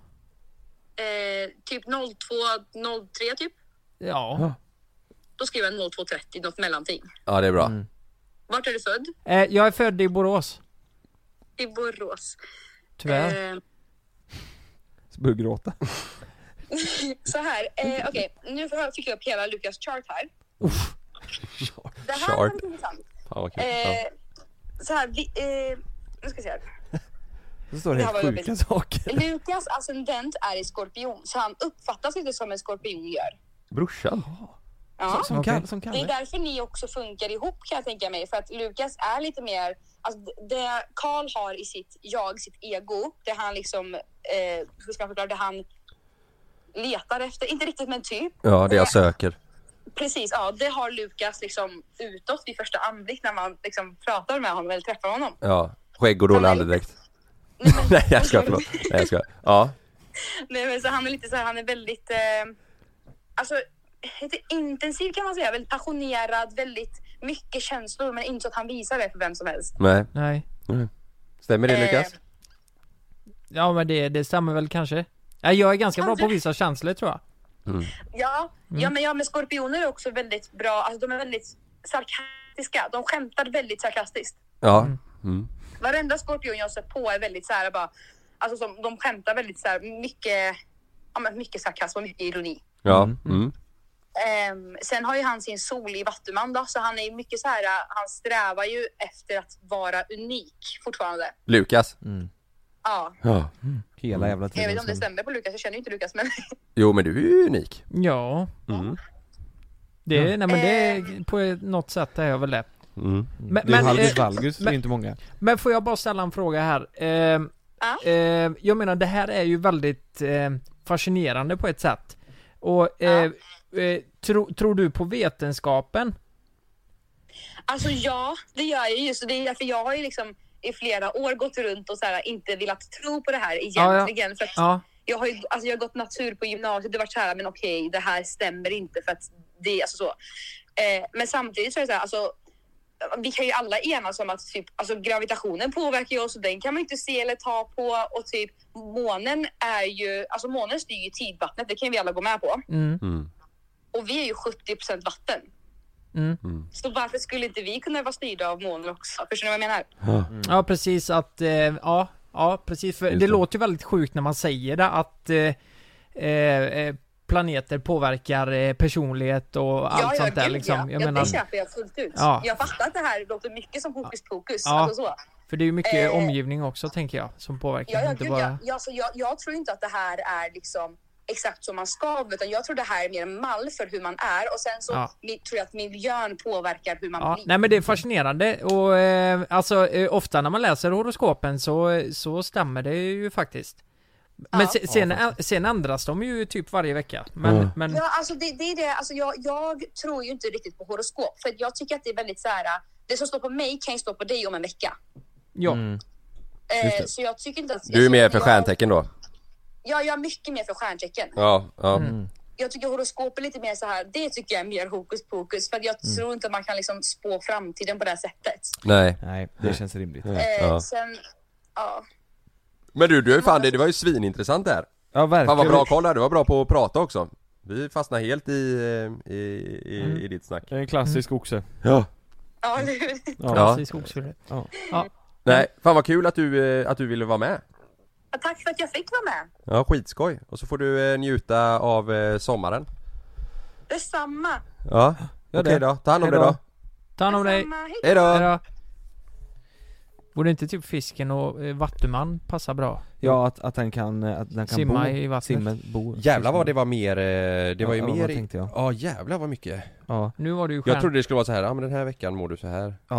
Typ 0203 typ. Ja. Då skriver jag 0230, något mellanting. Ja, det är bra. Vart är du född? Jag är född i Borås. I Borås. Tyvärr. Så börjar gråta. Så här, okej. Nu fick jag upp hela Lukas chart här. Det här Chart. var intressant. Fan vad kul. Ja. Så här, nu ska vi se här. Så står det Det här helt var sjuka jobbigt. saker. Lukas ascendent är i skorpion, så han uppfattas inte som en skorpion gör. Brorsan. Ja. Som Okej. som Det är Kalle. därför ni också funkar ihop kan jag tänka mig. För att Lukas är lite mer, alltså det Carl har i sitt ego, det han liksom, hur ska jag förklara, det han letar efter, inte riktigt men typ. Ja, det jag söker. Precis, ja, det har Lukas liksom utåt vid första anblick när man liksom pratar med honom eller träffar honom. Ja, skägg och dålig andedräkt. Nej, jag ska förlåt. Nej, jag ska. Ja. Nej, men så han är lite så här, han är väldigt, alltså lite intensiv kan man säga, väldigt passionerad, väldigt mycket känslor, men inte så att han visar det för vem som helst. Nej. Nej. Stämmer det, Lukas? Ja, men det stämmer väl kanske. Nej, jag är ganska bra på vissa känslor tror jag. Ja, men skorpioner är också väldigt bra, alltså de är väldigt sarkastiska, de skämtar väldigt sarkastiskt. Ja. Varenda skorpion jag sett på är väldigt så här bara, alltså som, de skämtar väldigt så här mycket sarkasm och mycket ironi. Ja. Sen har ju han sin sol i Vattuman då, så han är mycket så här, han strävar ju efter att vara unik fortfarande. Lukas. Ja. Hela jävla Jag tiden. vet inte om det stämmer på Lukas, jag känner ju inte Lukas, men Jo, men du är ju unik. Ja. Nej, men det är på något sätt är jag väl det. Men, Du är Haldis Valgus, det är inte många. Men får jag bara ställa en fråga här? Jag menar, det här är ju väldigt fascinerande på ett sätt. Och tror du på vetenskapen? alltså ja, det gör jag ju. Så det är därför jag har ju liksom i flera år gått runt och så här, inte velat tro på det här egentligen. För att jag har gått natur på gymnasiet, det var så här, men okej, det här stämmer inte för att det är alltså så. Men samtidigt så är det så här, alltså vi kan ju alla enas om att typ, alltså gravitationen påverkar ju oss och den kan man inte se eller ta på, och typ månen är ju, alltså månen styr ju tidvattnet, det kan vi alla gå med på. Och vi är ju 70% vatten. Så varför skulle inte vi kunna vara styrda av månen också? Förstår ni vad jag menar? Ja, precis att ja, precis, för det låter ju väldigt sjukt när man säger det att planeter påverkar personlighet och allt sånt där liksom. Jag menar, det köper jag fullt ut. Ja. Jag fattar att det här låter mycket som hokus pokus. Ja. Alltså så. för det är ju mycket omgivning också, tänker jag, som påverkar. Inte bara... Jag tror inte att det här är liksom exakt som man ska, utan jag tror det här är mer en mall för hur man är, och sen så tror jag att miljön påverkar hur man blir. Nej, men det är fascinerande, och ofta när man läser horoskopen så stämmer det ju faktiskt. Men sen ändras de ju typ varje vecka. Men... Ja, alltså det är det. Alltså jag tror ju inte riktigt på horoskop, för jag tycker att det är väldigt så här, det som står på mig kan ju stå på dig om en vecka. Ja. Så jag tycker inte att... Du är mer för stjärntecken då? Ja, jag är mycket mer för stjärntecken. Ja. Jag tycker horoskop är lite mer så här, det tycker jag är mer hokus pokus, för att jag tror inte att man kan liksom spå framtiden på det här sättet. Nej, det känns rimligt. Sen, ja. Men du är ju fan det var ju svinintressant där. Ja, verkligen. Fan vad bra koll där, du var bra på att prata också. Vi fastnar helt i ditt snack. Det är en klassisk oxe. Ja. Ja, eller hur? Klassisk oxfylla. Ja. Nej, fan vad kul att du ville vara med. Ja, tack för att jag fick vara med. Ja, skitskoj. Och så får du njuta av sommaren. Detsamma. Ja, okej då. Ta hand om det då. Ta hand om dig. Detsamma. Hej. Hej då. Hejdå. Borde inte typ fisken och vattuman passa bra? Ja, att den kan Simma bo i vattnet. bo. Jävlar vad det var mer, det var ju Ja, mer vad tänkte jag? Ja, jävlar vad mycket. Ja. Nu var det ju Jag trodde det skulle vara så här, ja men den här veckan mår du så här. Ja.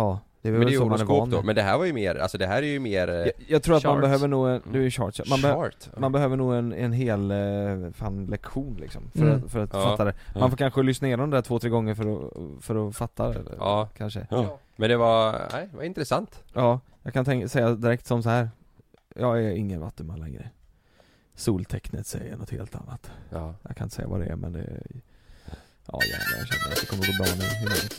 Det är Men väl det är så man är horoskop van då, med. men det här var ju mer, alltså det här är ju mer Jag tror att man Chart. behöver nog en, det är ju chart. chart. Man behöver nog en hel lektion liksom för Mm. för att Ja. fatta det. Man får kanske lyssna igenom det där 2-3 gånger för att fatta det. Ja. Kanske. Ja. Men det var intressant. Ja, jag kan säga direkt som så här. Jag är ingen vattenman längre. Soltecknet säger något helt annat. Ja. Jag kan inte säga vad det är, men det är... Ja jävlar, jag känner att det kommer att gå bra nu. Hur långt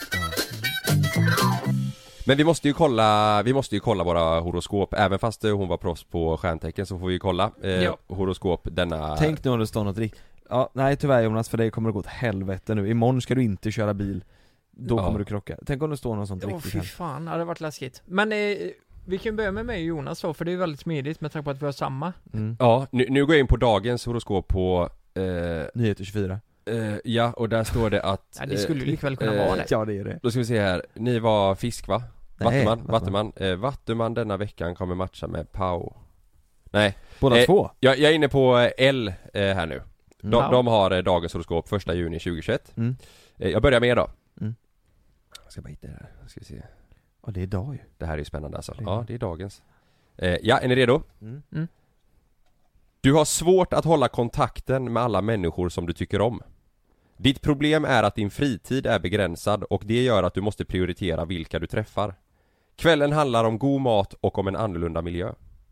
Men vi måste ju kolla våra horoskop. Även fast hon var proffs på stjärntecken så får vi kolla Ja. horoskop denna... Tänk nu om det står något rikt. Ja, nej tyvärr Jonas, för dig kommer det gå åt helvete nu. Imorgon ska du inte köra bil. Då Ja. kommer du krocka. Tänk om det står något sånt Åh riktigt fy här. fan, det hade varit läskigt. Men vi kan börja med mig och Jonas då, för det är väldigt smidigt med tanke på att vi har samma. Mm. Ja, nu går jag in på dagens horoskop på Nyheter 24. ja, och där står det att Ja, det skulle ju likväl kunna vara det. Ja det är det. Då ska vi se här, ni var fisk va? Nej, Vattuman. Vattuman denna veckan kommer matcha med Pau. Nej, Båda två? jag är inne på L här nu. Pau. De har dagens horoskop 1 juni 2021. Mm. Jag börjar med då. Mm. Jag ska bara hitta det här, ska vi se. Ja det är idag ju. Det här är ju spännande alltså. Det är Ja, det är dagens. Ja, är ni redo? Mm. Du har svårt att hålla kontakten med alla människor som du tycker om. Ditt problem är att din fritid är begränsad och det gör att du måste prioritera vilka du träffar. Kvällen handlar om god mat och om en annorlunda miljö.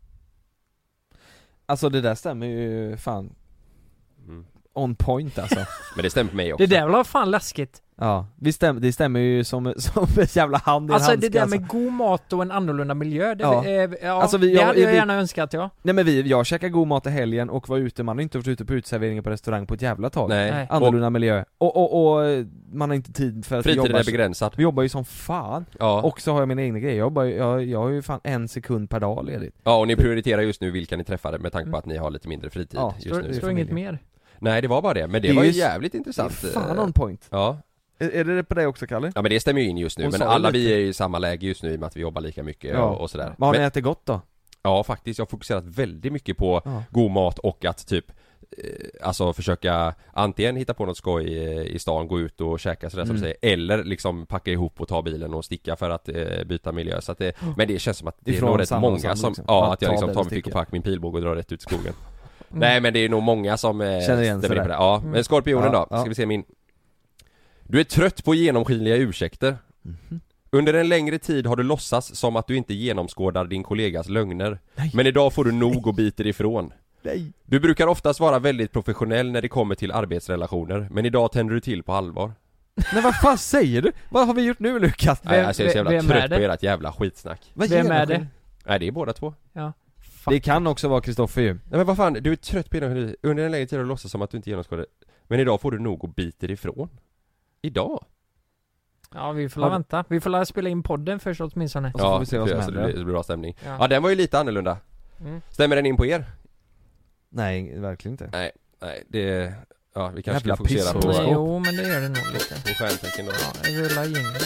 Alltså det där stämmer ju fan Mm. on point alltså. Men det stämmer för mig också. Det där var fan läskigt. Ja, det stämmer ju som ett jävla hand i en Alltså handske, det där med god mat och en annorlunda miljö, det, Ja. Alltså, det hade jag gärna önskat, ja. Nej men jag käkade god mat i helgen och var ute, man har inte varit ute på uteserveringen på restaurang på ett jävla tag. Nej. Nej. Annorlunda miljö. Och man har inte tid för att vi Fritiden jobbar, är begränsad. vi jobbar ju som fan. Ja. Och så har jag mina egna grejer, jag har ju fan 1 sekund per dag ledigt. Ja, och ni prioriterar just nu vilka ni träffade med tanke på att ni har lite mindre fritid Ja, just nu. Det står inget mer. Nej, det var bara det. Men det Det är var ju ju jävligt Det är intressant. fan on point. Ja. Är det på dig också, Kalle? Ja, men det stämmer ju in just nu. Hon Men sa alla lite. vi är ju i samma läge just nu i och med att vi jobbar lika mycket Ja. och sådär. Vad har ni Men, ätit gott då? ja, faktiskt. Jag har fokuserat väldigt mycket på Ja. god mat och att typ alltså försöka antingen hitta på något skoj i stan, gå ut och käka sådär som du säger, eller liksom packa ihop och ta bilen och sticka för att byta miljö. Så att det, men det känns som att det är Ifrån nog rätt samma och många samma, som, liksom. ja, Bara att jag ta liksom den tar och min pick och sticka. pack, min pilbåge och drar rätt ut i skogen. Mm. Nej, men det är nog många som Känner igen sig stämmer in på där. det. Ja, men Skorpionen Ja, då, ja. ska vi se min. Du är trött på genomskinliga ursäkter. Mhm. Under en längre tid har du låtsats som att du inte genomskådar din kollegas lögner. Nej. Men idag får du nog och biter ifrån. Nej. Du brukar oftast vara väldigt professionell när det kommer till arbetsrelationer, men idag tänder du till på allvar. Men vad fan säger du? Vad har vi gjort nu Lukas? Nej, alltså jag är så jävla vem är trött det? på ert jävla skitsnack. Vad Vem ger är man- det? Nej, det är båda två. Ja. Det kan också vara Kristoffer ju. Nej, men vad fan, du är trött på genomskinliga. Under en längre tid har du låtsats som att du inte genomskådar. Men idag får du nog och biter ifrån. Idag? Ja, vi får Har la du- vänta. Vi får la spela in podden först åtminstone. Och så får vi se vad som så händer. det blir bra stämning. Ja. Ja, den var ju lite annorlunda. Mm. Stämmer den in på er? Nej, verkligen inte. Nej, det... Ja, vi kanske Jävla ska fokusera på, piss. Nej, jo, men det gör det nog lite. på stjärntecken då. Ja, jag rullar gänget.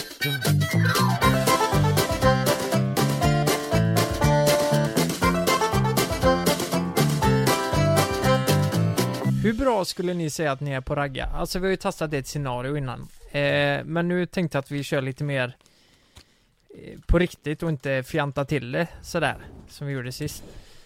Hur bra skulle ni säga att ni är på ragga? Alltså vi har ju testat ett scenario innan. Men nu tänkte jag att vi kör lite mer på riktigt och inte fjanta till det sådär som vi gjorde sist.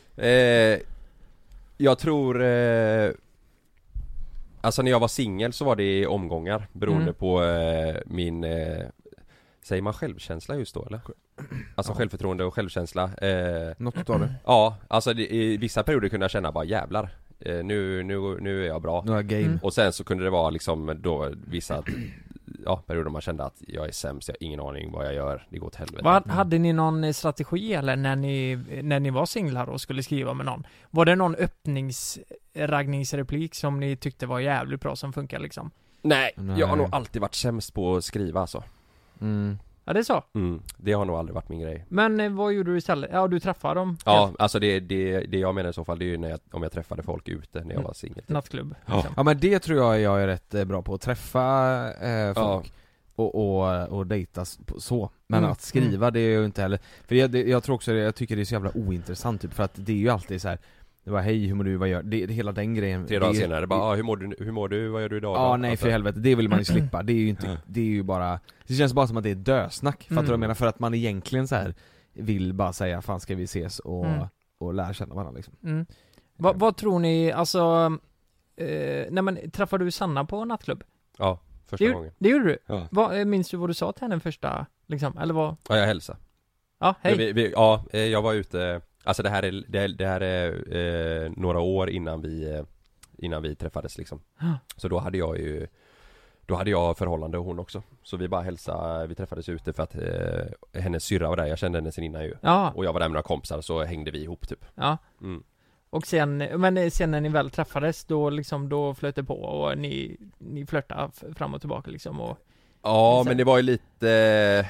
Jag tror... Alltså när jag var singel så var det i omgångar beroende Mm. på min... säger man självkänsla just då eller? Alltså Ja. självförtroende och självkänsla. Något utav det. Ja, alltså i vissa perioder kunde jag känna bara jävlar. Nu är jag bra. Några game. Mm. Och sen så kunde det vara liksom då vissa perioder man kände att jag är sämst, jag har ingen aning vad jag gör, det går åt helvete. Hade ni någon strategi eller när ni var singlar och skulle skriva med någon? Var det någon raggningsreplik som ni tyckte var jävligt bra som funkar liksom? Nej, Nej. jag har nog alltid varit sämst på att skriva alltså. Mm. Ja, det är så. Det har nog aldrig varit min grej. Men vad gjorde du istället? Ja, du träffade dem? Ja, alltså det jag menar i så fall, det är ju om jag träffade folk ute när jag var singel. Nattklubb. Ja. Liksom. Ja men det tror jag är rätt bra på, att träffa folk och dejtas så. Men Mm. att skriva det är ju inte heller, för jag tror också det, jag tycker det är så jävla ointressant typ, för att det är ju alltid så här. Det var hej, hur mår du, vad gör det hela den grejen. 3 dagar senare, bara hur mår du, vad gör du idag? Ja, nej för helvete, det vill man ju slippa. Det är ju inte, det är ju bara, det känns bara som att det är dösnack. Fattar du vad jag menar? För att man egentligen så här vill bara säga, fan ska vi ses och lära känna varandra liksom. Vad tror ni, alltså nej men träffade du Sanna på nattklubb? Ja, första gången. Det gjorde du? Ja. Minns du vad du sa till henne första, liksom, eller vad? Ja, jag hälsade. Ja, hej. Jag var ute, alltså det här är några år innan vi träffades liksom. Så då hade jag förhållande och hon också. Så vi bara hälsade, vi träffades ute för att hennes syrra var där, jag kände henne sen innan ju. Ja. Och jag var där med några kompisar, så hängde vi ihop typ. Ja. Och sen när ni väl träffades, då flöt det på och ni flörtade fram och tillbaka liksom och... Ja, men det var ju lite...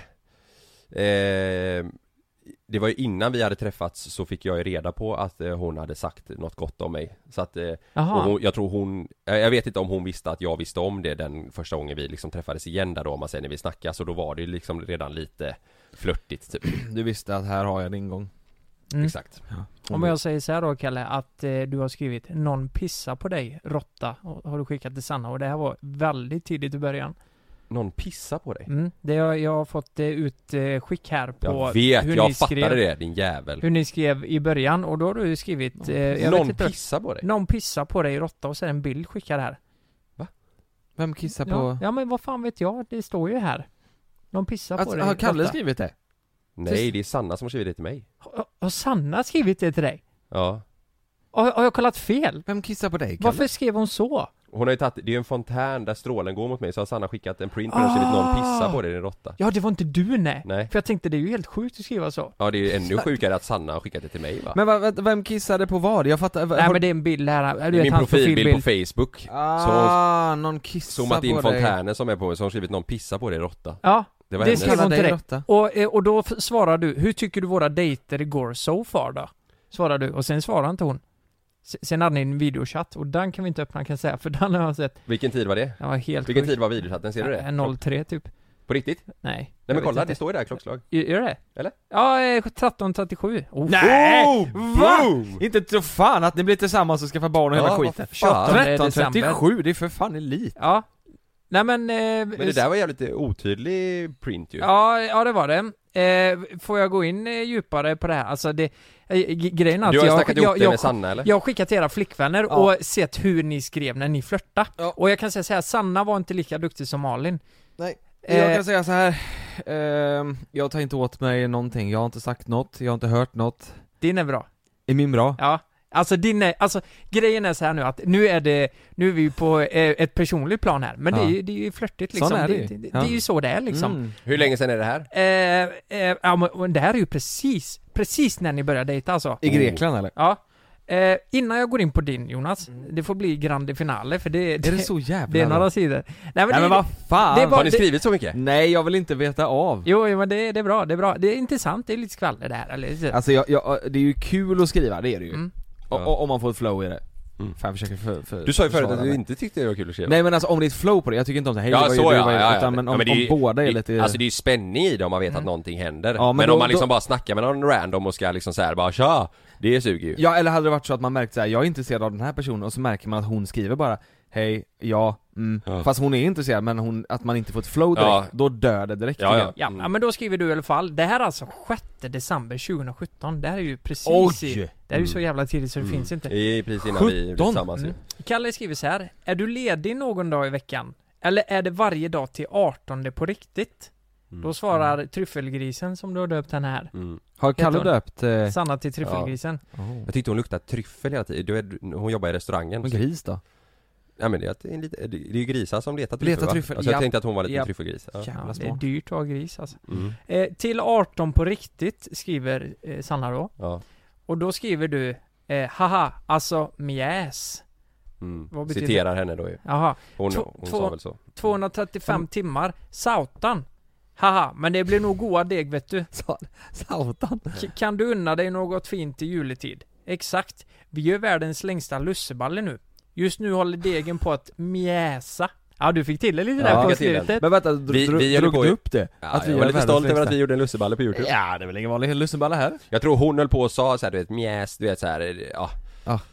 det var ju innan vi hade träffats så fick jag ju reda på att hon hade sagt något gott om mig. Så att, jag vet inte om hon visste att jag visste om det den första gången vi liksom träffades igen där då, om man säger, när vi snackade. Så då var det liksom redan lite flörtigt typ. Du visste att här har jag din gång. Exakt. Ja. Om jag säger så här då, Kalle, att du har skrivit någon pissa på dig, råtta, och har du skickat till Sanna, och det här var väldigt tidigt i början. Någon pissa på dig? Jag har fått utskick här på jag vet, hur jag ni fattade skrev, det, din jävel. hur ni skrev i början, och då har du skrivit någon pissa på dig? Någon pissa på dig, råtta, och så är en bild skickad här. Va? Vem kissar på... Ja, men vad fan vet jag, det står ju här. Någon pissa på dig, har Kalle råtta. skrivit det? Nej, det är Sanna som har skrivit det till mig. Har Sanna skrivit det till dig? Ja. Har jag kollat fel? Vem kissar på dig, Kalle? Varför skrev hon så? Hon har ju tagit, det är ju en fontän där strålen går mot mig, så har Sanna skickat en print på den och skrivit någon pissa på dig, din råtta. Ja, det var inte du, nej. Nej. För jag tänkte, det är ju helt sjukt att skriva så. Ja, det är ju ännu sjukare att Sanna har skickat det till mig, va? Men vem kissade på vad? Jag fattar... Nej, men det är en bild här. Det är min profilbild på Facebook. Någon kissar zoomat in på dig. fontänen som är på, som har skrivit någon pissa på dig, råtta. Ja, det skrev hon till dig. Råtta. Och då svarar du, hur tycker du våra dejter går so far då? Svarar du, och sen svarar inte hon. Sen hade ni en videochatt, och den kan vi inte öppna, kan jag säga, för den har jag sett. Vilken tid var det? Den var helt Vilken sjuk. tid var videochatten, ser du det? 03 typ. På riktigt? Nej. Nej men kolla, det står ju där klockslag. Gör det? Eller? Ja, 13:37. Nej! Va? Boom! Inte tro fan att ni blir tillsammans och skaffar barn och hela skiten. 13:37, det är för fan elit. Ja. Nej men... Men det där var jävligt otydlig print ju. Ja, det var det. Får jag gå in djupare på det här? Alltså det... grejen är att du har snackat ihop det med Sanna, eller? Jag har skickat till era flickvänner och sett hur ni skrev när ni flörtade. Ja. Och jag kan säga så här, Sanna var inte lika duktig som Malin. Nej. Jag kan säga så här. Jag tar inte åt mig någonting. Jag har inte sagt något, jag har inte hört något. Din är bra. Är min bra? Ja. Alltså grejen är så här nu att nu är vi på ett personligt plan här, men det är ju flörtigt liksom. Sån är det. Det är ju så det är liksom. Hur länge sedan är det här? Ja, men det här är ju precis när ni började dejta alltså. I Grekland eller? Ja. Innan jag går in på din, Jonas, det får bli grande finale, för det Är det så jävla? det är några sidor. Nej men vad fan? det är bara- Har ni skrivit så mycket? Nej, jag vill inte veta av. Jo, men det är bra, det är bra. Det är intressant, det är lite skvaller det här, eller? Alltså det är ju kul att skriva, det är det ju. Ja. Om man får ett flow i det. Fan, jag försöker för Du sa ju förut försvara att du mig. inte tyckte det var kul att skriva. Nej men alltså om det är ett flow på det, jag tycker inte om det. Hej, Ja, vad så gör du, ja, vad gör du? ja, Utan, men om det är ju- båda är lite... Alltså det är ju spänning i det om man vet att någonting händer. Ja, men men då- om man liksom då- bara snackar med någon random och ska liksom såhär bara tja, det suger ju. Ja, eller hade det varit så att man märkt såhär, jag är intresserad av den här personen, och så märker man att hon skriver bara hej, ja. Fast hon är intresserad, men att man inte får ett flow direkt, Ja. då dör det direkt. Ja, ja. Ja, men då skriver du i alla fall. Det här är alltså 6 december 2017. Det här är ju precis Oj! det är ju så jävla tidigt så det finns inte. Det är precis innan vi blev 17. tillsammans ju. Kalle skriver så här: är du ledig någon dag i veckan? Eller är det varje dag till 18 på riktigt? Då svarar tryffelgrisen, som du har döpt den här. Har Kalle Heter döpt... Sanna till tryffelgrisen. Jag tyckte hon luktade tryffel hela tiden. Hon jobbar i restaurangen. Men gris då? Ja men det är ju grisar som letar tryffel, Letar va? tryffel, Alltså jag ja. tänkte att hon var lite Ja. tryffelgris. Ja. Jävla Ja, det är smart. dyrt att ha gris alltså. Mm. Till 18 på riktigt skriver Sanna då. Ja. Och då skriver du haha, alltså mjäs. Vad betyder Citerar henne då ju. Jaha. Hon Två- sa väl så. 235 timmar. Sautan. Haha, men det blir nog goda deg, vet du. Sautan. Kan du unna dig något fint i juletid? Exakt. Vi gör världens längsta lusseballe nu. Just nu håller degen på att mjäsa. Ja, du fick till det lite Ja, där på fick till den. slutet. Men vänta, Vi drog höll på du i- upp det? Ja, vi jag gör var lite världens stolt över längsta. att vi gjorde en lusseballe på YouTube. Ja, det är väl ingen vanlig lusseballe här? Jag tror hon höll på och sa såhär, du vet, mjäs, du vet såhär, ja.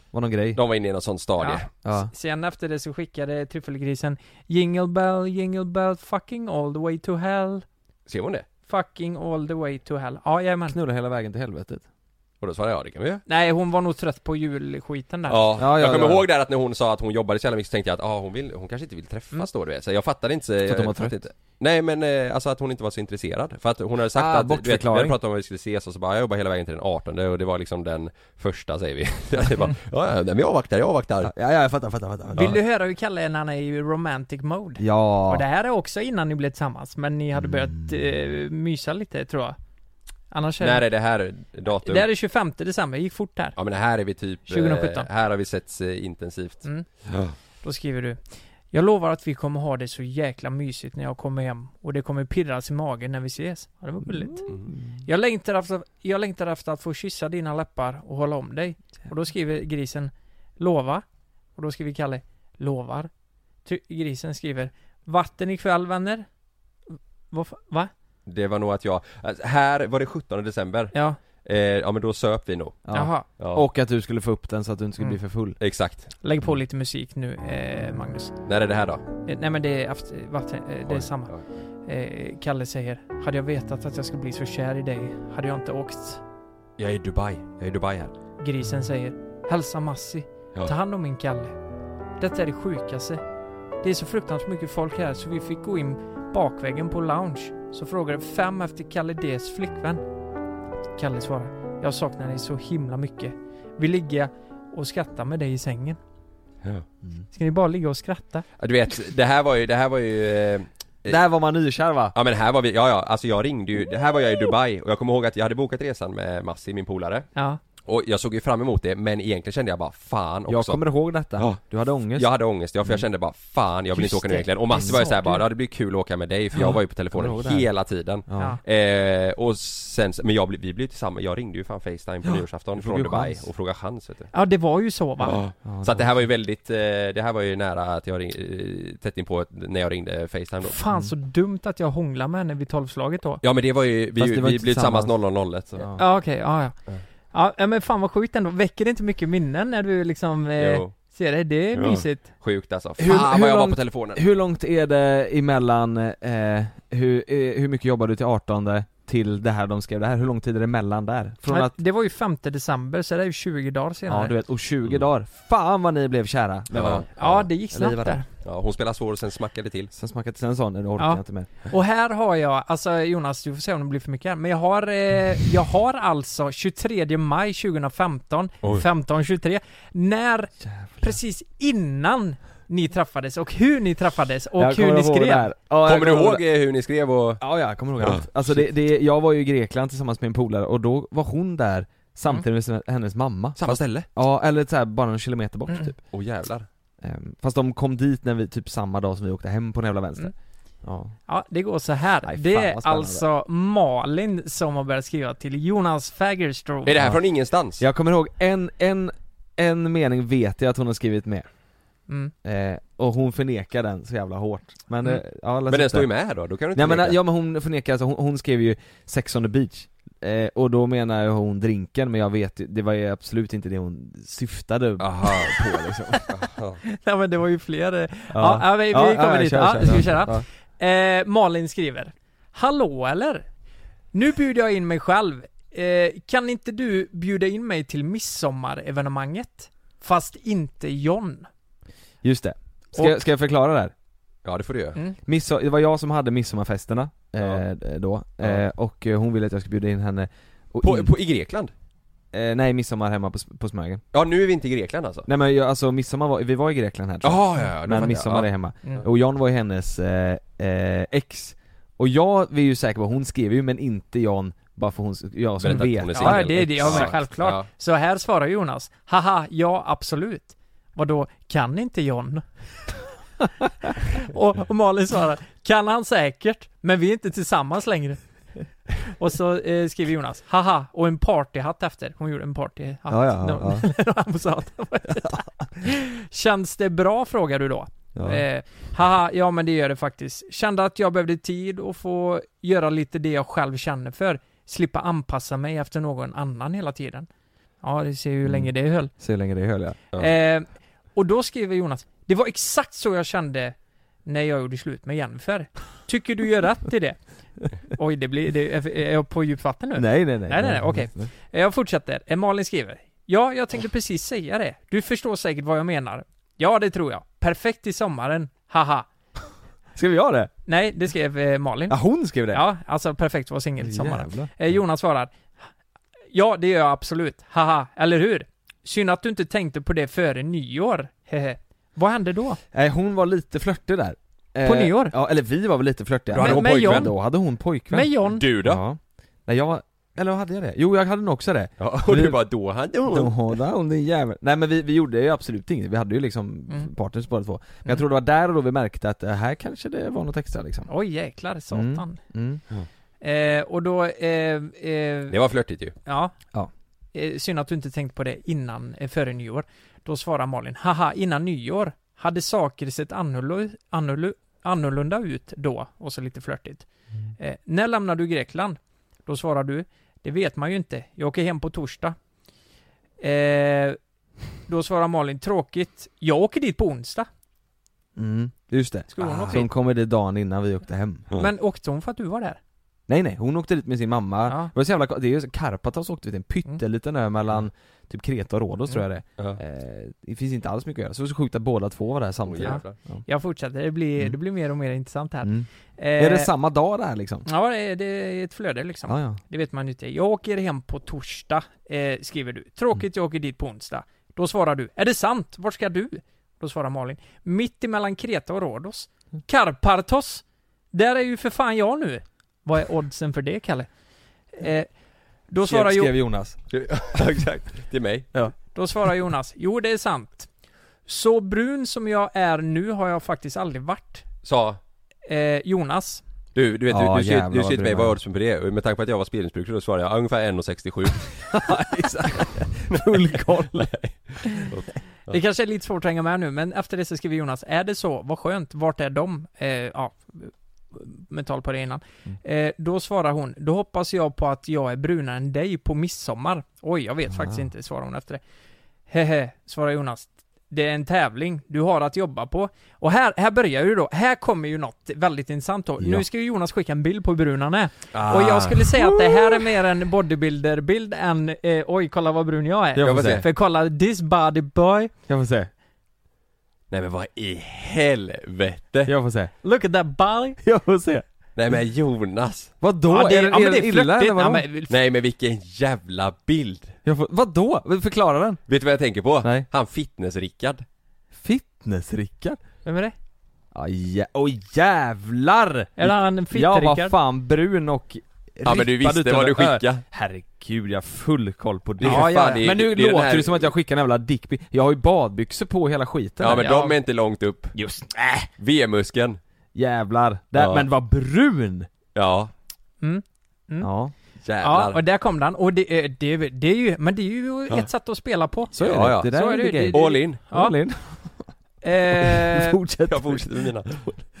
var någon grej. De var inne i någon sån stadie. Ja. Sen efter det så skickade Tryffelgrisen Jingle bell, fucking all the way to hell. Ser hon det? Fucking all the way to hell. Ja, jajamän. Knulla hela vägen till helvetet. Och då svarade jag, det kan vi göra. Nej, hon var nog trött på julskiten där. Ja, jag kommer ihåg där att när hon sa att hon jobbade så jävla mycket så tänkte jag att hon kanske inte vill träffas då, du vet. Så jag fattade inte. För att hon var trött? Inte. Nej, men alltså att hon inte var så intresserad. För att hon hade sagt att, du vet, vi hade pratat om att vi skulle ses och så bara, jag jobbar hela vägen till den 18 och det var liksom den första, säger vi. Det var, men jag avvaktar. Ja, jag fattar. Vill du höra hur Kalle är när han är i romantic mode? Ja. Och det här är också innan ni blev tillsammans, men ni hade börjat mysa lite, tror jag. Annars när är det här datum? Det är 25 december, det gick fort här. Ja, men här är vi typ 2017. Här har vi setts intensivt. Ja. Då skriver du: jag lovar att vi kommer ha det så jäkla mysigt när jag kommer hem, och det kommer pirras i magen när vi ses. Ja, det var gulligt. Jag längtar efter att få kyssa dina läppar och hålla om dig. Och då skriver grisen lova. Och då skriver Kalle lovar. Grisen skriver vatten ikväll, vänner. Va? Det var nog att alltså, här var det 17 december. Ja. Ja, men då söp vi nog. Jaha. Ja. Och att du skulle få upp den så att du inte skulle bli för full. Exakt. Lägg på lite musik nu, Magnus. När är det här då? Nej, men det är det är samma. Kalle säger: hade jag vetat att jag skulle bli så kär i dig hade jag inte åkt. Jag är i Dubai här. Grisen säger: hälsa Massi. Ta hand om min Kalle. Detta är det sjukaste. Det är så fruktansvärt mycket folk här så vi fick gå in bakväggen på lounge. Så frågade 5 efter Kalle Ds flickvän. Kalle svarar: jag saknar dig så himla mycket. Vi ligger och skrattar med dig i sängen. Ska ni bara ligga och skratta? Ja, du vet, det här var ju Där var man nykär, va? Ja, men här var vi, alltså jag ringde ju, det här var jag i Dubai och jag kommer ihåg att jag hade bokat resan med Massi, min polare. Ja. Och jag såg ju fram emot det, men egentligen kände jag bara fan också. Jag kommer ihåg detta. Ja. Du hade ångest. Jag hade ångest, för jag kände bara fan, jag vill inte åka nu egentligen. Och Massi var ju såhär bara, det blir kul att åka med dig, för jag var ju på telefonen hela tiden. Och sen, men vi blev tillsammans, jag ringde ju fan FaceTime på nyårsafton från Dubai och frågade chans, vet du. Ja, det var ju så, va? Ja. Så att det här var ju väldigt, det här var ju nära att jag tätt in på när jag ringde FaceTime då. Fan, så dumt att jag hånglade med henne vid 12-slaget då. Ja, men det var ju, vi blev tillsammans 00:01 så. Ja, okej, ja. Ja, men fan vad sjukt ändå. Väcker det inte mycket minnen när du liksom ser det? Det är mysigt. Sjukt alltså. Fan vad jag var på telefonen. Hur långt är det emellan, hur mycket jobbar du till 18 till det här de skrev det här? Hur lång tid är det emellan där? Från att... Det var ju 5 december, så det är ju 20 dagar senare. Ja, du vet, och 20 dagar. Fan vad ni blev kära med varandra. Ja, det gick snabbt där. Ja, hon spelade svår och sen smackade till. Sen sa det orkar jag inte mer. Och här har jag, alltså Jonas, du får se om det blir för mycket här, men jag har alltså 23 maj 2015, 15-23, när precis innan ni träffades och hur ni träffades och hur ni skrev. Kommer du ihåg hur ni skrev och... Ja, jag kommer ihåg allt. Alltså jag var ju i Grekland tillsammans med en polare och då var hon där samtidigt med hennes mamma. Samma ställe? Ja, eller så här, bara någon kilometer bort typ. Åh jävlar. Fast de kom dit när vi typ samma dag som vi åkte hem på den jävla vänster. Ja, det går så här. Nej, det är alltså Malin som har börjat skriva till Jonas Fagerström. Är det här från ingenstans? Jag kommer ihåg en mening vet jag att hon har skrivit med. Och hon förnekar den så jävla hårt. Men men den står ju med här då kan du inte men hon förnekar, alltså, hon skrev ju Sex on the beach. Och då menar jag hon drinken, men jag vet det var ju absolut inte det hon syftade på liksom. Ja, men det var ju fler. Vi kommer dit. Ska vi köra? Malin skriver: hallå eller? Nu bjuder jag in mig själv. Kan inte du bjuda in mig till midsommarevenemanget? Fast inte John. Just det. Ska jag förklara där? Ja, det får du göra. Det var jag som hade midsommarfesterna då. Och hon ville att jag skulle bjuda in henne i Grekland? Nej, midsommar hemma på Smögen. Ja, nu är vi inte i Grekland alltså. Nej, men alltså midsommar vi var i Grekland här. Ja, men midsommar är hemma. Och John var ju hennes ex. Och jag är ju säker på, hon skrev ju men inte John, bara för jag som vet. Ja, det är det, ja, men självklart. Ja. Så här svarar Jonas: haha, ja absolut. Vadå, kan inte John? och Malin svarar: kan han säkert, men vi är inte tillsammans längre. Och så skriver Jonas: haha, och en partyhatt efter. Hon gjorde en partyhatt. Känns det bra, frågar du då? Haha, ja men det gör det faktiskt. Kände att jag behövde tid och få göra lite det jag själv känner för. Slippa anpassa mig efter någon annan hela tiden. Ja, det ser ju hur länge det höll. Se hur länge det höll, ja. Ja. Och då skriver Jonas, det var exakt så jag kände när jag gjorde slut med Jennifer. Tycker du gör rätt i det? Oj, är jag på djupt vatten nu? Nej, okej. Jag fortsätter. Malin skriver, ja, jag tänkte precis säga det. Du förstår säkert vad jag menar. Ja, det tror jag. Perfekt i sommaren. Haha. Skrev jag det? Nej, det skrev Malin. Ja, hon skrev det? Ja, alltså perfekt att vara singel i sommaren. Jävlar. Jonas svarar, ja, det gör jag absolut. Haha, eller hur? Synd att du inte tänkte på det före nyår. Hehe. Vad hände då? Nej, hon var lite flörtig där. På nyår? Ja, eller vi var väl lite flörtiga. Då hade hon med pojkvän. John? Då hade hon pojkvän. Med John? Du då? Ja. Nej, jag var... Eller hade jag det? Jo, jag hade nog också det. Ja, och du bara, då hade hon. Då hon den jäveln. Nej, men vi gjorde ju absolut inget. Vi hade ju liksom partners båda två. Men jag tror det var där och då vi märkte att här kanske det var något extra liksom. Oj, jäklar, satan. Mm. Och då... Det var flörtigt ju. Ja. Ja. Synd att du inte tänkt på det innan, före nyår. Då svarar Malin, haha, innan nyår hade saker sett annorlunda ut då, och så lite flörtigt. När lämnar du Grekland? Då svarar du, det vet man ju inte. Jag åker hem på torsdag. Då svarar Malin, tråkigt. Jag åker dit på onsdag. Just det. Skulle hon åka Så hon dit? kommer det dagen innan vi åkte hem. Men åkte hon för att du var där? Nej, hon åkte dit med sin mamma. Ja. Det var så jävla, det är ju Karpathos åkte vi till en pytteliten ö mellan typ Kreta och Rhodos tror jag det. Ja. Det finns inte alls mycket att göra. Så sjukt att båda två var där samtidigt. jävlar. Jag fortsätter, det blir mer och mer intressant här. Är det samma dag där liksom? Ja, det är ett flöde liksom. Ja. Det vet man ju inte. Jag åker hem på torsdag, skriver du. Tråkigt, jag åker dit på onsdag. Då svarar du, är det sant? Vart ska du? Då svarar Malin, mitt emellan Kreta och Rhodos. Karpathos. Där är ju för fan jag nu. Vad är oddsen för det, Kalle? Då svarar skrev Jonas. Exakt, till mig. Ja. Då svarar Jonas, jo det är sant. Så brun som jag är nu har jag faktiskt aldrig varit. Sa Jonas. Du vet, Ja, du jävlar ser vad till mig, brun vad är han. oddsen på det? Och med tanke på att jag var spelmissbrukare, då svarade jag ungefär 1,67. Full koll. Det kanske är lite svårt att hänga med nu, men efter det så skriver Jonas, är det så? Vad skönt, vart är de? Med tal på det innan. Då svarar hon, då hoppas jag på att jag är brunare än dig på midsommar. Oj, jag vet faktiskt inte, svarar hon efter det. Hehe, svarar Jonas. Det är en tävling du har att jobba på. Och här börjar ju då, här kommer ju något väldigt intressant då. Ja. Nu ska ju Jonas skicka en bild på hur brun han är. Och jag skulle säga att det här är mer en bodybuilder-bild än, oj, kolla vad brun jag är. Jag får se. För kolla, this body boy. Jag får se. Nej men vad i helvete? Jag får se. Look at that body. Jag får se. Nej men Jonas. Vadå? Ja, är det illa flörtigt. eller vadå? Ja, men, Nej men vilken jävla bild. Vadå? Förklara den. Vet du vad jag tänker på? Nej. Han fitness-Rickard. Fitness-Rickard? vem är det? Oj jävlar! Är det han en Jag var fitt-Rickard? fan brun och Ja men du rippad visste vad du utöver- skickade. Herregud, jag har full koll på det. Det är Ja, för ja, fan, det är- Men nu det är den låter här- det som att jag skickar en jävla dickpic. Jag har ju badbyxor på hela skiten. Ja där. men de är inte långt upp. Just V-muskeln. jävlar. Där, Ja. Men vad brun! Ja, Ja, Ja, jävlar. och där kom den. Och det är ju, men det är ju Ja. ett sätt att spela på. så är Ja, det. ja. Det där Så är är det det. grej. All in. Ja. Malin, Eh, fortsätt. Jag fortsätter med mina.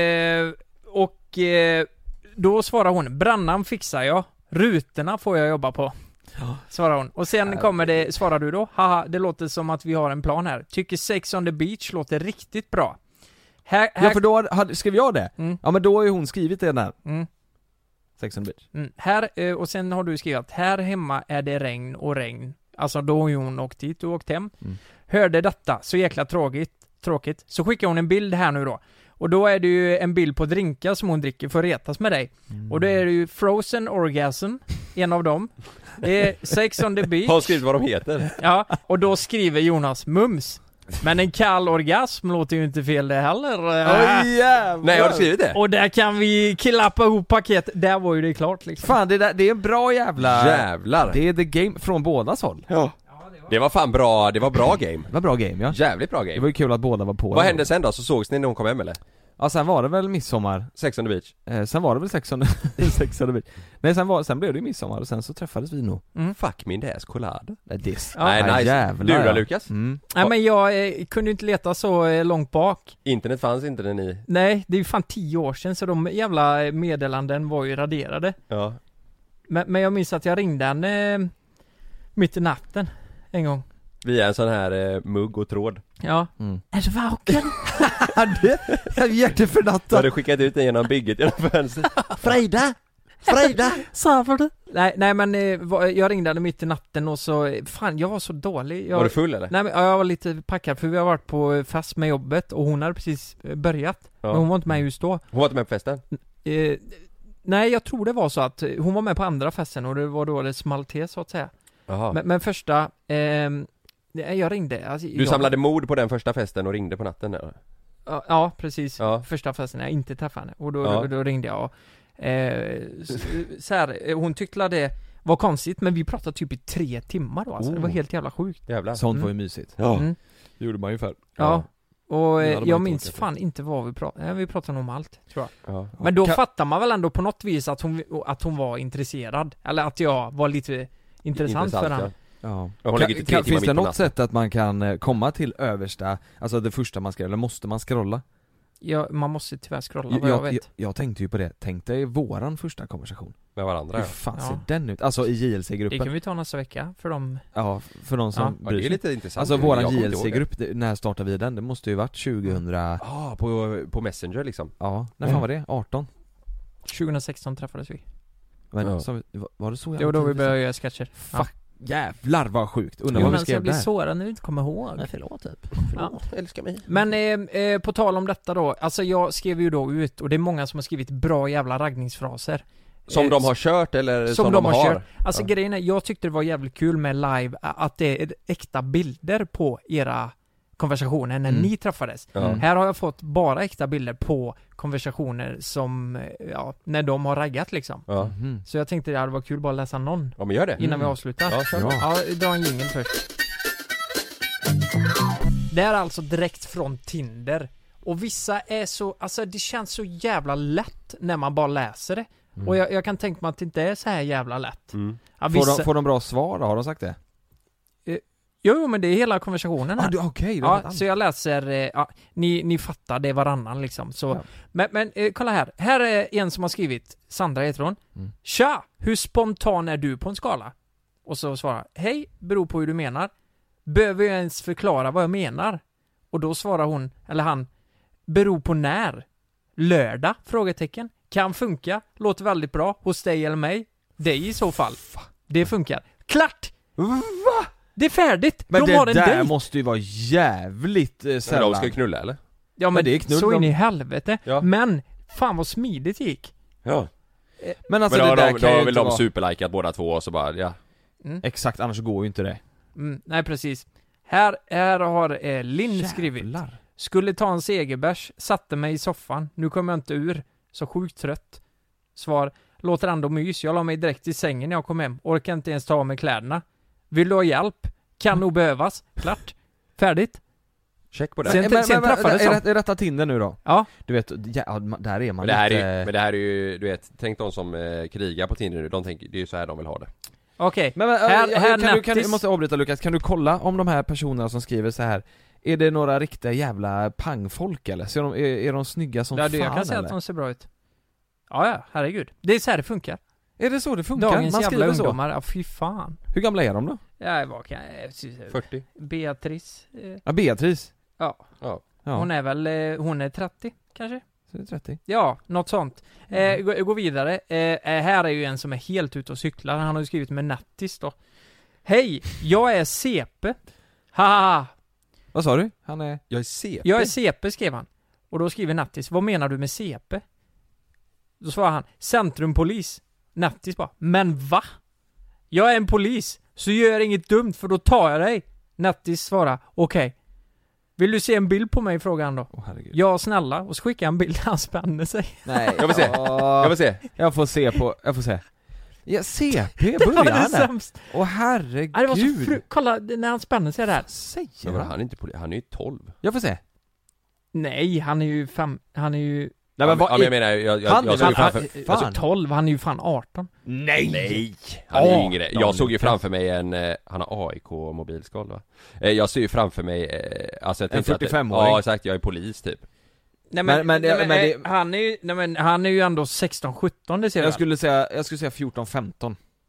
Då svarar hon, brannan fixar jag. Rutorna får jag jobba på. Svarar hon. Och sen kommer det, svarar du då, haha, det låter som att vi har en plan här. Tycker Sex on the Beach låter riktigt bra. Här Ja för då skrev jag det? Mm. Ja men då har ju hon skrivit det där. Mm. Sex on the beach. Här, och sen har du skrivit, här hemma är det regn och regn. Alltså då har hon åkt dit och åkt hem. Hörde detta, så jäkla tråkigt. Så skickar hon en bild här nu då. Och då är det ju en bild på drinkar som hon dricker för att retas med dig. Och då är det ju Frozen Orgasm, en av dem. Det är Sex on the Beach. Har hon skrivit vad de heter? Ja, och då skriver Jonas mums. Men en kall orgasm låter ju inte fel det heller. Oj jävlar! Nej, har du skrivit det? Och där kan vi klappa ihop paket. Där var ju det klart liksom. Fan det är en bra jävla... Jävlar. Det är the game från bådas håll. Ja. Det var fan bra, det var bra game. Det var bra game ja. Jävligt bra Det game. var ju kul att båda var på. Vad hände sen då? Så sågs ni när hon kom hem eller? Ja sen var det väl midsommar. Sex on the beach? Sen var det väl Sex on the beach. Nej sen blev det ju midsommar och sen så träffades vi nog. Fuck min deras collade. Nej det Ja. Nej, nice. jävlar, Du då ja. Lukas? Nej men jag kunde ju inte leta så långt bak. Internet fanns inte när ni... Nej, det är ju fan 10 år sedan så de jävla meddelanden var ju raderade. Ja. Men jag minns att jag ringde henne mitt i natten en gång. Via en sån här mugg och tråd. Ja. Mm. Är du vaken? Det är Du jätteförnatta. hade skickat ut den genom bygget genom fönstret. Frida! Sa du? Nej men jag ringde henne mitt i natten och så, fan jag var så dålig. Var du full eller? Nej men jag var lite packad för vi har varit på fest med jobbet och hon hade precis börjat. Ja. Men hon var inte med just då. Hon var inte med på festen? Nej jag tror det var så att hon var med på andra festen och det var då det small till så att säga. Jaha. Men första, jag ringde alltså, Du samlade mod på den första festen och ringde på natten eller? Ja precis, Ja. första festen när jag inte träffade henne. Och då, Ja. då ringde jag och, så här, hon tyckte att det var konstigt men vi pratade typ i 3 timmar då alltså. Det var helt jävla sjukt. Jävlar. Sånt var ju mysigt. Ja. Mm. Det gjorde man ju förr. Ja. Och Det hade man jag inte minns orkat. fan inte vad vi pratade. Vi pratade nog om allt, tror jag. Ja. Men då Kan- fattar man väl ändå på något vis att hon var intresserad. Eller att jag var lite intressant för henne. Ja. Ja, hon lägger till 3 timmar Finns mitt det på något natten. sätt att man kan komma till översta, alltså det första man ska, eller måste man scrolla? Ja, man måste tyvärr scrolla vad jag vet. Jag tänkte ju på det, tänk dig våran första konversation. Med varandra Hur ja. fan Ja. ser den ut? Alltså i Det JLC-gruppen. kan vi ta nästa vecka för dem. Ja, för någon som Ja, det bryr är sig. lite intressant. Alltså Jag våran kommer inte ihåg det. JLC-grupp, när startade vi den? Det måste ju varit 2000... Ja, på Messenger liksom. Ja, när fan var det? 18? 2016 träffades vi. Men Ja. var det så Det var då vi började göra sketcher. Fuck, jävlar vad sjukt. Undrar Jo, vad vi men så skrev jag blir där. sårad när du inte kommer ihåg. Förlåt typ. Ja. Älskar mig. Men på tal om detta då, alltså jag skrev ju då ut, och det är många som har skrivit bra jävla raggningsfraser. Som de har kört eller som de har kört. Alltså Ja. grejen är, jag tyckte det var jävligt kul med live, att det är äkta bilder på era konversationer när ni träffades. Ja. Här har jag fått bara äkta bilder på konversationer som, ja, när de har raggat liksom. Ja. Mhm. Så jag tänkte det hade varit kul bara att läsa någon Ja men gör det. innan vi avslutar. Ja, kör. Ja. Ja, dra en jingle först. Det är alltså direkt från Tinder. Och vissa är så, alltså det känns så jävla lätt när man bara läser det. Och jag kan tänka mig att det inte är så här jävla lätt. Mm. Ja, vissa, Får de bra svar då? Har de sagt det? jo, men det är hela konversationen här. Okej, Ja, så jag läser, ja, ni fattar, det är varannan liksom. Så, Ja. men kolla här. Här är en som har skrivit, Sandra heter hon. Mm. Tja, hur spontan är du på en skala? Och så svarar, hej, beror på hur du menar. Behöver jag ens förklara vad jag menar? Och då svarar hon, eller han, beror på när. Lördag? Frågetecken. Kan funka, låter väldigt bra, hos dig eller mig. Dig i så fall. Det funkar. Klart! Va? Det är färdigt! Men de det har en där dejt! måste ju vara jävligt Men sällan. de ska ju knulla eller? Ja men det är knull så de- in i helvete. Ja. Men, fan vad smidigt det gick. Ja. Men alltså Men det då där har kan ju väl inte de vara... superlikat båda två och så bara, ja. Exakt, annars går ju inte det. Nej precis. Här har Linn skrivit. Jävlar. Skulle ta en segerbärs, satte mig i soffan. Nu kommer jag inte ur. Så sjukt trött. Svar. Låter ändå mys. Jag la mig direkt i sängen när jag kom hem. Orkar inte ens ta av mig kläderna. Vill du ha hjälp? Kan nog behövas. Klart. Färdigt. Check på det. Sen- träffades de. är detta Tinder nu då? Ja. Du vet, ja, där är man Men det här lite... är ju, men det här är ju, du vet, tänk de som krigar på Tinder nu, de tänker, det är ju så här de vill ha det. Okej. Men Här jag Nettis. måste avbryta Lukas, kan du kolla om de här personerna som skriver så här? Är det några riktiga jävla pangfolk eller? Så är de snygga som Ja, fan jag kan säga eller? att de ser bra ut. Ja, herregud. Det är så här det funkar. Är det så det funkar? Dagens Man jävla skriver så? ungdomar, ja fy fan. Hur gamla är de då? Ja, vad kan jag... 40. Beatrice. Ja, Beatrice. Ja. Ja. Ja, Hon är väl, hon är 30 kanske? så är det 30. Ja, något sånt. Gå vidare. Här är ju en som är helt ute och cyklar. Han har ju skrivit med Nattis då. Hej, jag är CP. Haha, Vad sa du? Han är... Jag är CP. jag är CP skrev han. Och då skriver Nattis, vad menar du med CP? Då svarar han, centrumpolis. Nattis bara, men va? Jag är en polis, så gör inget dumt för då tar jag dig. Nattis svarar, okej. Vill du se en bild på mig, frågar han då. Åh herregud. Ja, snälla. Och så skickar han en bild, han spänner sig. Nej. Jag vill se. Jag vill se. Jag får se. Ja, CP Det var börjar det han där. sämst. Åh herregud. Ja, det var så kolla när han spänner sig där. Säger Men vadå, han? han är inte han är ju 12. Jag får se. Nej, han är ju han är ju... Nej, Ja, vad men jag menar, jag såg ju framför... fan. 12, han är ju fan 18. Nej! Han är ju yngre. Jag såg ju Lukas. framför mig han har AIK mobilskal va? Jag ser ju framför mig, alltså jag tänkte 45-åring. Ja exakt, jag är polis typ. Nej Men han är ju, han är ju ändå 16-17, det ser Jag jag. skulle säga 14-15.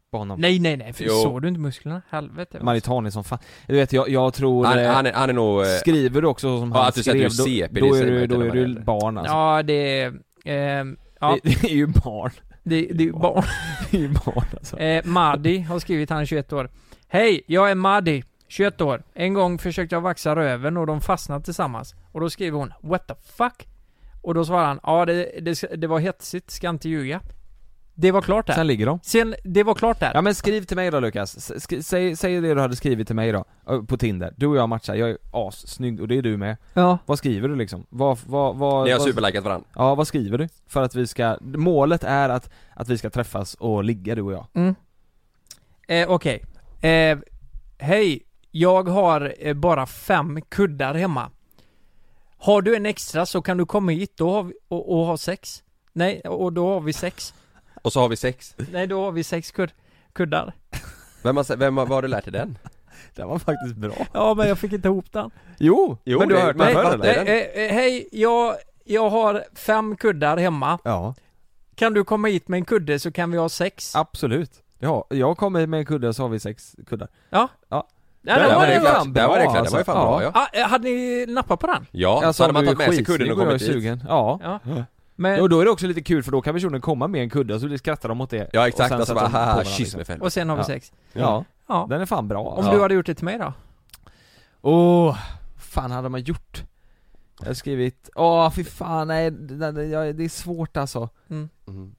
på honom. Nej, för Jo. såg du inte musklerna? Helvete. Man är tanig som fan. Du vet, jag tror... Han är nog... skriver du också som Ja, han att du sätter skrev, CP, då det är säger man du, inte då när är man du är äldre. barn alltså. Ja, det är... ja, Det är ju barn. det är ju barn. Det är ju barn alltså. Madi har skrivit, han är 21 år. Hej, jag är Madi, 21 år. En gång försökte jag vaxa röven och de fastnade tillsammans. Och då skriver hon, what the fuck? Och då svarar han, ja det var hetsigt, ska inte ljuga. Det var klart där. Sen ligger de. Det var klart där. Ja men skriv till mig då Lukas. Säg det du hade skrivit till mig då på Tinder. Du och jag matchar, jag är assnygg och det är du med. Ja. Vad skriver du liksom? Ni har superlikat varandra. Ja, vad skriver du? För att vi ska, målet är att vi ska träffas och ligga du och jag. Okej. Hej, jag har bara 5 kuddar hemma. Har du en extra så kan du komma hit då har vi, och ha 6. Nej, och då har vi 6. Och så har vi 6. Nej, då har vi 6 kuddar. Vad har du lärt dig den? Det var faktiskt bra. Ja, men jag fick inte ihop den. Jo men du har hört mig förr eller? Hej, jag har 5 kuddar hemma. Ja, Kan du komma hit med en kudde så kan vi ha 6? absolut. Ja, jag kommer med en kudde så har vi 6 kuddar. Ja. Ja. Ja, Det det var var det. klart. Det var ju fan bra, ja. Hade ni nappat på den? Ja, Alltså, så hade man tagit med sig kudden och kommit hit. sugen. Ja. Ja. Men, Och då är det också lite kul för då kan personen komma med en kudde och så skrattar de åt det. Ja exakt, och sen alltså sätter bara de på haha, varandra, kyss liksom. med fäll. och sen har vi Ja. 6. Ja, Ja. den är fan bra Om alltså. du hade gjort det till mig då? Fan hade man gjort? Jag har skrivit, fy fan, nej, det är svårt alltså. Mm. Mm.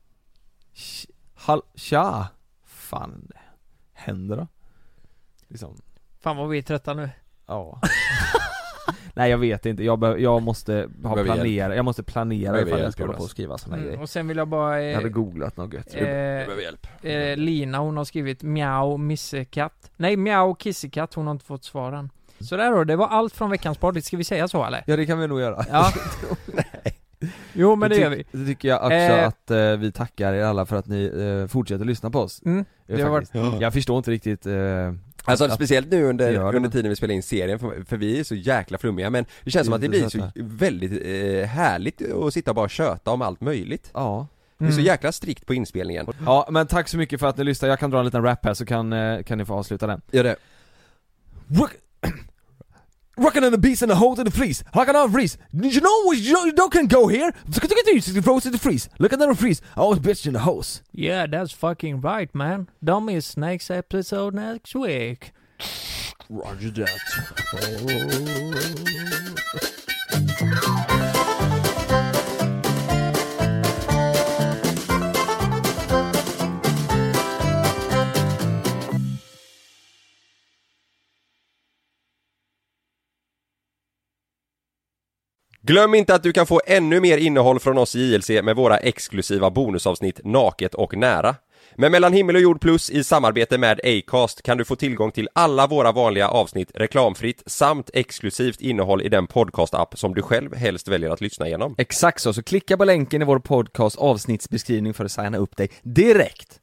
Tja. Fan, händer då? Liksom, Fan vad vi är trötta nu. ja. Nej jag vet inte, jag måste planera, jag måste planera Behöver ifall jag hjälp, ska hålla på och Jonas. skriva såna grejer. Och sen vill jag bara... Jag hade googlat något gött. Behöver hjälp. Lina, hon har skrivit mjau missekatt. Nej, mjau kissekatt, hon har inte fått svaren. Så där då, det var allt från veckans podd. Ska vi säga så eller? Ja det kan vi nog göra. Ja. Jo men det gör vi. Det tycker jag också att vi tackar er alla för att ni fortsätter lyssna på oss. Mm. Det har varit... Jag förstår inte riktigt Alltså speciellt nu det gör det. under tiden vi spelar in serien för vi är så jäkla flummiga, men det känns som att det blir så väldigt härligt att sitta och bara köta om allt möjligt. Ja. Det är så jäkla strikt på inspelningen. Ja, men tack så mycket för att ni lyssnar. Jag kan dra en liten rap här så kan ni få avsluta den. Gör det. Rockin' on the beast and the hole to the fleece. Rockin' on the freeze. You know you don't can go here. The froze to the freeze. Look at the freeze. I was bitch in the hose. Yeah, that's fucking right, man. Don't miss next episode next week. Roger that. Glöm inte att du kan få ännu mer innehåll från oss i JLC med våra exklusiva bonusavsnitt Naket och nära. Med Mellan himmel och jord plus i samarbete med Acast kan du få tillgång till alla våra vanliga avsnitt reklamfritt samt exklusivt innehåll i den podcast-app som du själv helst väljer att lyssna igenom. Exakt så klicka på länken i vår podcast avsnittsbeskrivning för att signa upp dig direkt.